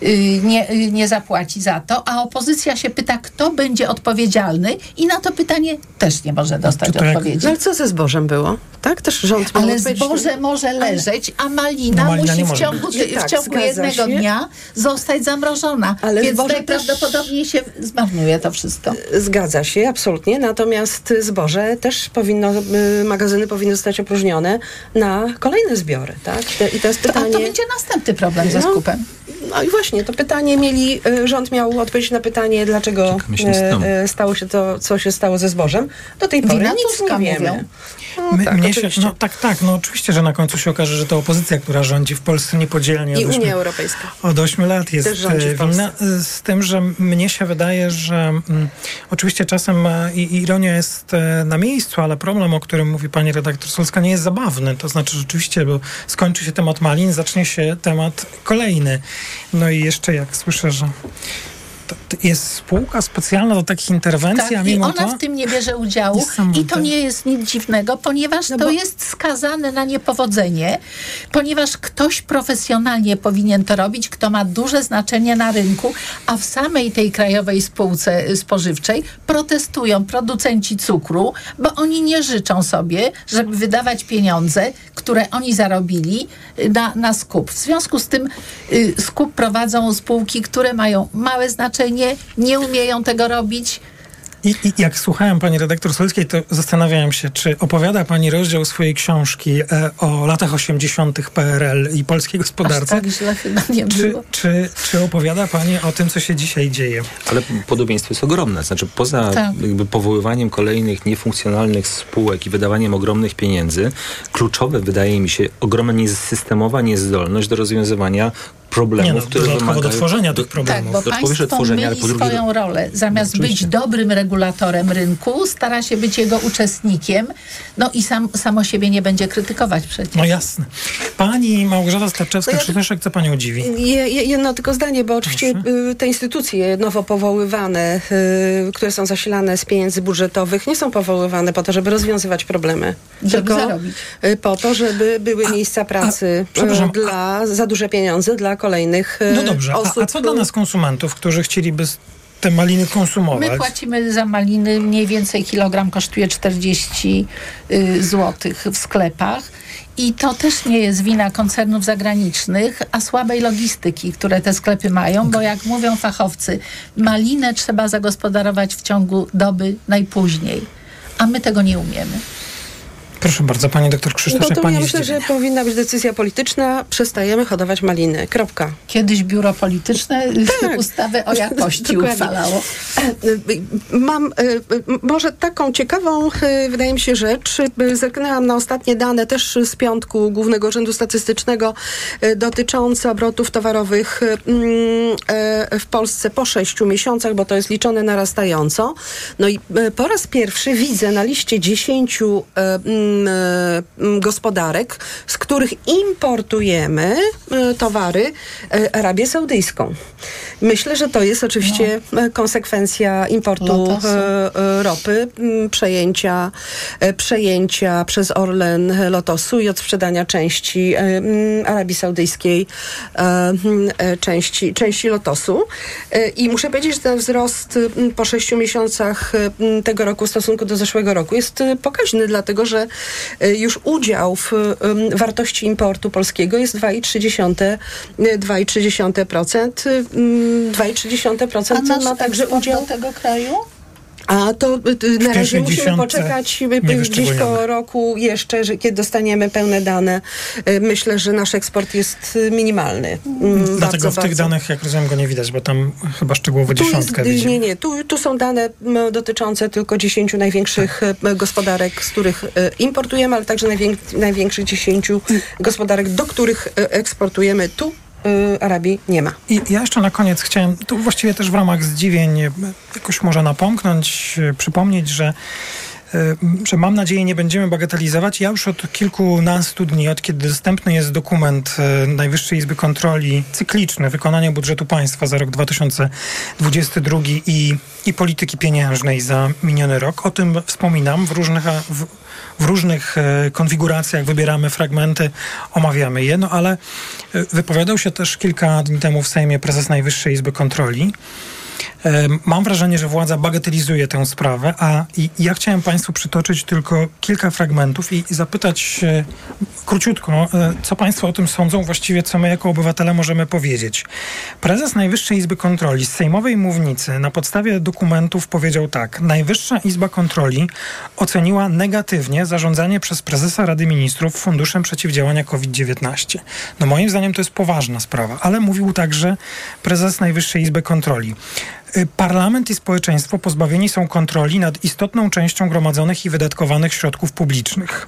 nie, nie zapłaci za to, a opozycja się pyta, kto będzie odpowiedzialny i na to pytanie też nie może dostać odpowiedzi. No ale co ze zbożem było? Tak? Też rząd Ale zboże może leżeć, a malina, no, malina musi w ciągu, w tak, ciągu jednego się. dnia zostać zamrożona. Ale więc najprawdopodobniej też... się zmarnuje to wszystko. Zgadza się, absolutnie. Natomiast zboże też powinno, magazyny powinny zostać opróżnione na kolejne zbiory, tak? I to jest pytanie... To, to będzie następny problem ze skupem. No i właśnie, to pytanie mieli, rząd miał odpowiedzieć na pytanie, dlaczego e, stało się to, co się stało ze zbożem. Do tej pory Wina nic nie wiemy. No, My, tak, mnie się, no, tak, tak, no oczywiście, że na końcu się okaże, że to opozycja, która rządzi w Polsce niepodzielnie I od Unia Europejska. Od ośmiu lat jest winna. Z tym, że mnie się wydaje, że mm, oczywiście czasem e, ironia jest e, na miejscu, ale problem, o którym mówi pani redaktor Solska, nie jest zabawny. To znaczy rzeczywiście, bo skończy się temat malin, zacznie się temat kolejny. No i jeszcze jak słyszę, że jest spółka specjalna do takich interwencji, tak, a mimo i ona to... w tym nie bierze udziału i to nie jest nic dziwnego, ponieważ no to bo... jest skazane na niepowodzenie, ponieważ ktoś profesjonalnie powinien to robić, kto ma duże znaczenie na rynku, a w samej tej krajowej spółce spożywczej protestują producenci cukru, bo oni nie życzą sobie, żeby wydawać pieniądze, które oni zarobili na, na skup. W związku z tym y, skup prowadzą spółki, które mają małe znaczenie, nie umieją tego robić. I, I jak słuchałem pani redaktor Solskiej, to zastanawiałem się, czy opowiada pani rozdział swojej książki e, o latach osiemdziesiątych P R L i polskiej gospodarce. Aż tak źle chyba nie czy, było. Czy, czy opowiada pani o tym, co się dzisiaj dzieje? Ale podobieństwo jest ogromne. Znaczy poza tak. jakby powoływaniem kolejnych niefunkcjonalnych spółek i wydawaniem ogromnych pieniędzy, kluczowe wydaje mi się ogromna niesystemowa niezdolność do rozwiązywania problemów, nie no, które wymagają... do tworzenia tych problemów. Tak, bo państwo tworzenia, myli ale po swoją drugie... rolę. Zamiast no, być dobrym regulatorem rynku, stara się być jego uczestnikiem, no i sam, samo siebie nie będzie krytykować przecież. No jasne. Pani Małgorzata Sterczewska-Krzysztoszek, co panią dziwi? Jedno tylko zdanie, bo oczywiście Proszę. te instytucje nowo powoływane, które są zasilane z pieniędzy budżetowych, nie są powoływane po to, żeby rozwiązywać problemy. Żeby tylko zarobić. po to, żeby były a, miejsca pracy a, dla za duże pieniądze dla kolejnych No dobrze, osób. a, a co dla nas konsumentów, którzy chcieliby te maliny konsumować? My płacimy za maliny, mniej więcej kilogram kosztuje czterdzieści złotych w sklepach. I to też nie jest wina koncernów zagranicznych, a słabej logistyki, które te sklepy mają, bo jak mówią fachowcy, malinę trzeba zagospodarować w ciągu doby najpóźniej, a my tego nie umiemy. Proszę bardzo, pani doktor Krzysztof, no to pani ja myślę, że powinna być decyzja polityczna. Przestajemy hodować maliny. Kropka. Kiedyś biuro polityczne tak. ustawę o jakości uchwalało. Mam może taką ciekawą, wydaje mi się, rzecz. Zerknęłam na ostatnie dane też z piątku Głównego Urzędu Statystycznego dotyczące obrotów towarowych w Polsce po sześciu miesiącach, bo to jest liczone narastająco. No i po raz pierwszy widzę na liście dziesięciu gospodarek, z których importujemy towary, Arabię Saudyjską. Myślę, że to jest oczywiście no. konsekwencja importu Lotosu. ropy, przejęcia, przejęcia przez Orlen Lotosu i odsprzedania części Arabii Saudyjskiej, części, części Lotosu. I muszę powiedzieć, że ten wzrost po sześciu miesiącach tego roku w stosunku do zeszłego roku jest pokaźny, dlatego że już udział w wartości importu polskiego jest dwa przecinek trzy procent. dwa przecinek trzy procent A ma także udział do tego kraju? A to na razie musimy poczekać gdzieś koło roku jeszcze, że kiedy dostaniemy pełne dane. Myślę, że nasz eksport jest minimalny. Dlatego bardzo, w tych bardzo. danych, jak rozumiem, go nie widać, bo tam chyba szczegółowo tu dziesiątkę jest, Nie, nie. Tu, tu są dane dotyczące tylko dziesięciu największych tak. gospodarek, z których importujemy, ale także najwięk- największych dziesięciu gospodarek, do których eksportujemy. Tu Arabii nie ma. I ja jeszcze na koniec chciałem, tu właściwie też w ramach zdziwień jakoś może napomknąć, przypomnieć, że że mam nadzieję nie będziemy bagatelizować. Ja już od kilkunastu dni, od kiedy dostępny jest dokument Najwyższej Izby Kontroli cykliczny, wykonanie budżetu państwa za rok dwa tysiące dwudziesty drugi i, i polityki pieniężnej za miniony rok, o tym wspominam w różnych, w, w różnych konfiguracjach, wybieramy fragmenty, omawiamy je, no ale wypowiadał się też kilka dni temu w Sejmie prezes Najwyższej Izby Kontroli. Mam wrażenie, że władza bagatelizuje tę sprawę, a i, ja chciałem Państwu przytoczyć tylko kilka fragmentów i, i zapytać e, króciutko, e, co Państwo o tym sądzą, właściwie co my jako obywatele możemy powiedzieć. Prezes Najwyższej Izby Kontroli z sejmowej mównicy na podstawie dokumentów powiedział tak: Najwyższa Izba Kontroli oceniła negatywnie zarządzanie przez prezesa Rady Ministrów Funduszem Przeciwdziałania COVID dziewiętnaście. No moim zdaniem to jest poważna sprawa, ale mówił także prezes Najwyższej Izby Kontroli. Parlament i społeczeństwo pozbawieni są kontroli nad istotną częścią gromadzonych i wydatkowanych środków publicznych.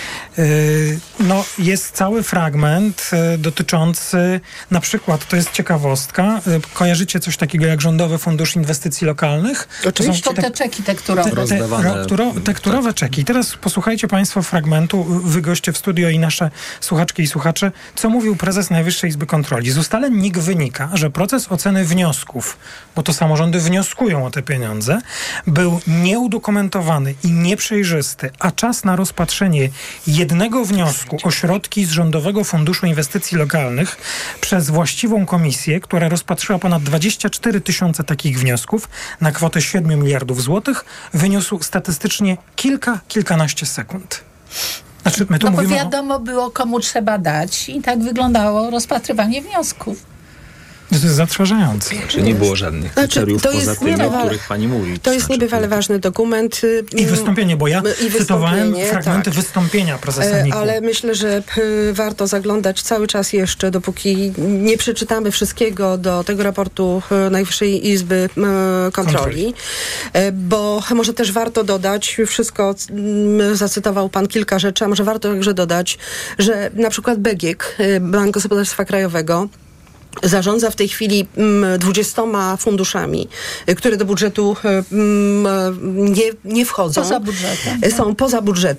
No, jest cały fragment dotyczący, na przykład, to jest ciekawostka, kojarzycie coś takiego jak Rządowy Fundusz Inwestycji Lokalnych? Oczywiście. To te czeki tekturowe. Te, te, te, tekturowe czeki. Teraz posłuchajcie Państwo fragmentu, wy goście w studio i nasze słuchaczki i słuchacze, co mówił prezes Najwyższej Izby Kontroli. Z ustaleń N I K wynika, że proces oceny wniosków, bo to samorządy wnioskują o te pieniądze, był nieudokumentowany i nieprzejrzysty, a czas na rozpatrzenie jednego wniosku o środki z Rządowego Funduszu Inwestycji Lokalnych przez właściwą komisję, która rozpatrzyła ponad dwadzieścia cztery tysiące takich wniosków na kwotę siedmiu miliardów złotych, wyniósł statystycznie kilka, kilkanaście sekund. Znaczy, my tu no bo mówimy wiadomo o... było, komu trzeba dać i tak wyglądało rozpatrywanie wniosków. To jest zatrważające. Czy nie było żadnych kryteriów znaczy, poza tymi, niebywale, o których pani mówi? To jest niebywale ważny dokument. I wystąpienie, bo ja I cytowałem fragmenty tak. wystąpienia prezesa N I K-u. Ale myślę, że warto zaglądać cały czas jeszcze, dopóki nie przeczytamy wszystkiego do tego raportu Najwyższej Izby Kontroli. Kontroli. Bo może też warto dodać, wszystko zacytował pan kilka rzeczy, a może warto także dodać, że na przykład B G K, Bank Gospodarstwa Krajowego, zarządza w tej chwili dwudziestoma funduszami, które do budżetu nie, nie wchodzą. Poza budżetem. Są poza budżetem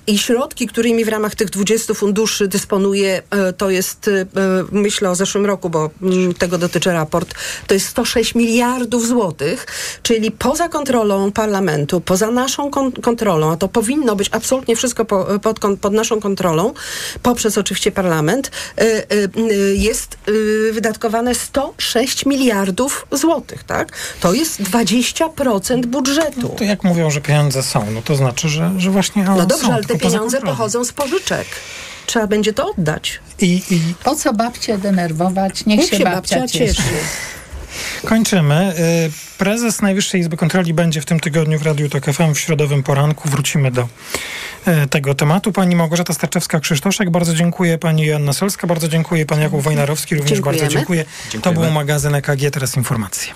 i środki, którymi w ramach tych dwudziestu funduszy dysponuje, to jest, myślę o zeszłym roku, bo tego dotyczy raport, to jest sto sześć miliardów złotych, czyli poza kontrolą parlamentu, poza naszą kon- kontrolą, a to powinno być absolutnie wszystko po, pod, pod naszą kontrolą, poprzez oczywiście parlament, jest wydatkowane sto sześć miliardów złotych, tak? To jest dwadzieścia procent budżetu. No to jak mówią, że pieniądze są, no to znaczy, że, że właśnie No dobrze, są, ale te pieniądze pochodzą z pożyczek. Trzeba będzie to oddać. I, i... Po co babcię denerwować? Niech, Niech się, się babcia, babcia cieszy. cieszy. Kończymy. Prezes Najwyższej Izby Kontroli będzie w tym tygodniu w Radiu Tok F M w środowym poranku. Wrócimy do tego tematu. Pani Małgorzata Starczewska-Krzysztoszek, bardzo dziękuję. Pani Joanna Solska, bardzo dziękuję. Pan Jakub Wojnarowski, również Dziękujemy. bardzo dziękuję. Dziękujemy. To był magazyn E K G, teraz informacje.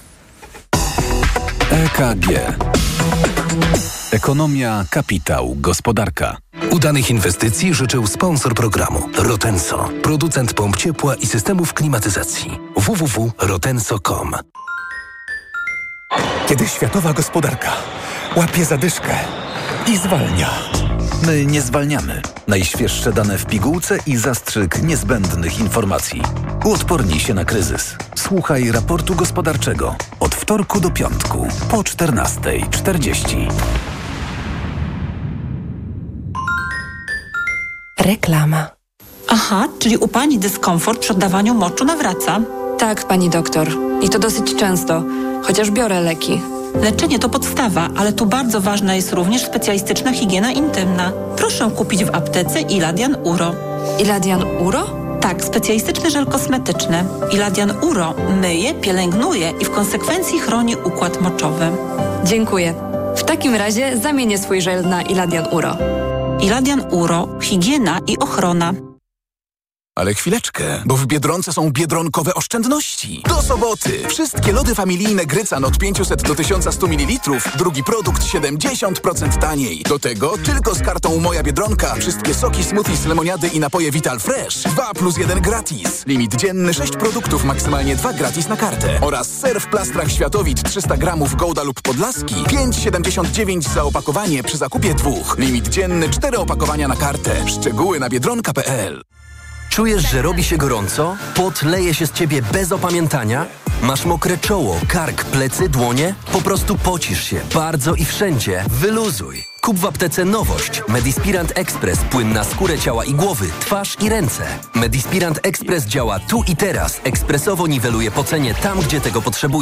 E K G. Ekonomia, kapitał, gospodarka. Udanych inwestycji życzył sponsor programu Rotenso, producent pomp ciepła i systemów klimatyzacji. w w w kropka rotenso kropka com. Kiedy światowa gospodarka łapie zadyszkę i zwalnia. My nie zwalniamy. Najświeższe dane w pigułce i zastrzyk niezbędnych informacji. Uodpornij się na kryzys. Słuchaj raportu gospodarczego od wtorku do piątku po czternasta czterdzieści. Reklama. Aha, czyli u pani dyskomfort przy oddawaniu moczu nawraca? Tak, pani doktor. I to dosyć często, chociaż biorę leki. Leczenie to podstawa, ale tu bardzo ważna jest również specjalistyczna higiena intymna. Proszę kupić w aptece Iladian Uro. Iladian Uro? Tak, specjalistyczny żel kosmetyczny. Iladian Uro myje, pielęgnuje i w konsekwencji chroni układ moczowy. Dziękuję. W takim razie zamienię swój żel na Iladian Uro. Iladian Uro, higiena i ochrona. Ale chwileczkę, bo w Biedronce są biedronkowe oszczędności. Do soboty! Wszystkie lody familijne Grycan od pięćset do tysiąc sto mililitrów. Drugi produkt siedemdziesiąt procent taniej. Do tego tylko z kartą Moja Biedronka. Wszystkie soki, smoothies, lemoniady i napoje Vital Fresh. dwa plus jeden gratis. Limit dzienny sześć produktów, maksymalnie dwa gratis na kartę. Oraz ser w plastrach Światowit trzysta gramów Gouda lub Podlaski. pięć siedemdziesiąt dziewięć za opakowanie przy zakupie dwóch. Limit dzienny cztery opakowania na kartę. Szczegóły na biedronka kropka p l. Czujesz, że robi się gorąco? Pot leje się z ciebie bez opamiętania? Masz mokre czoło, kark, plecy, dłonie? Po prostu pocisz się bardzo i wszędzie. Wyluzuj. Kup w aptece Nowość. Medispirant Express. Płyn na skórę ciała i głowy, twarz i ręce. Medispirant Express działa tu i teraz. Ekspresowo niweluje pocenie tam, gdzie tego potrzebujesz.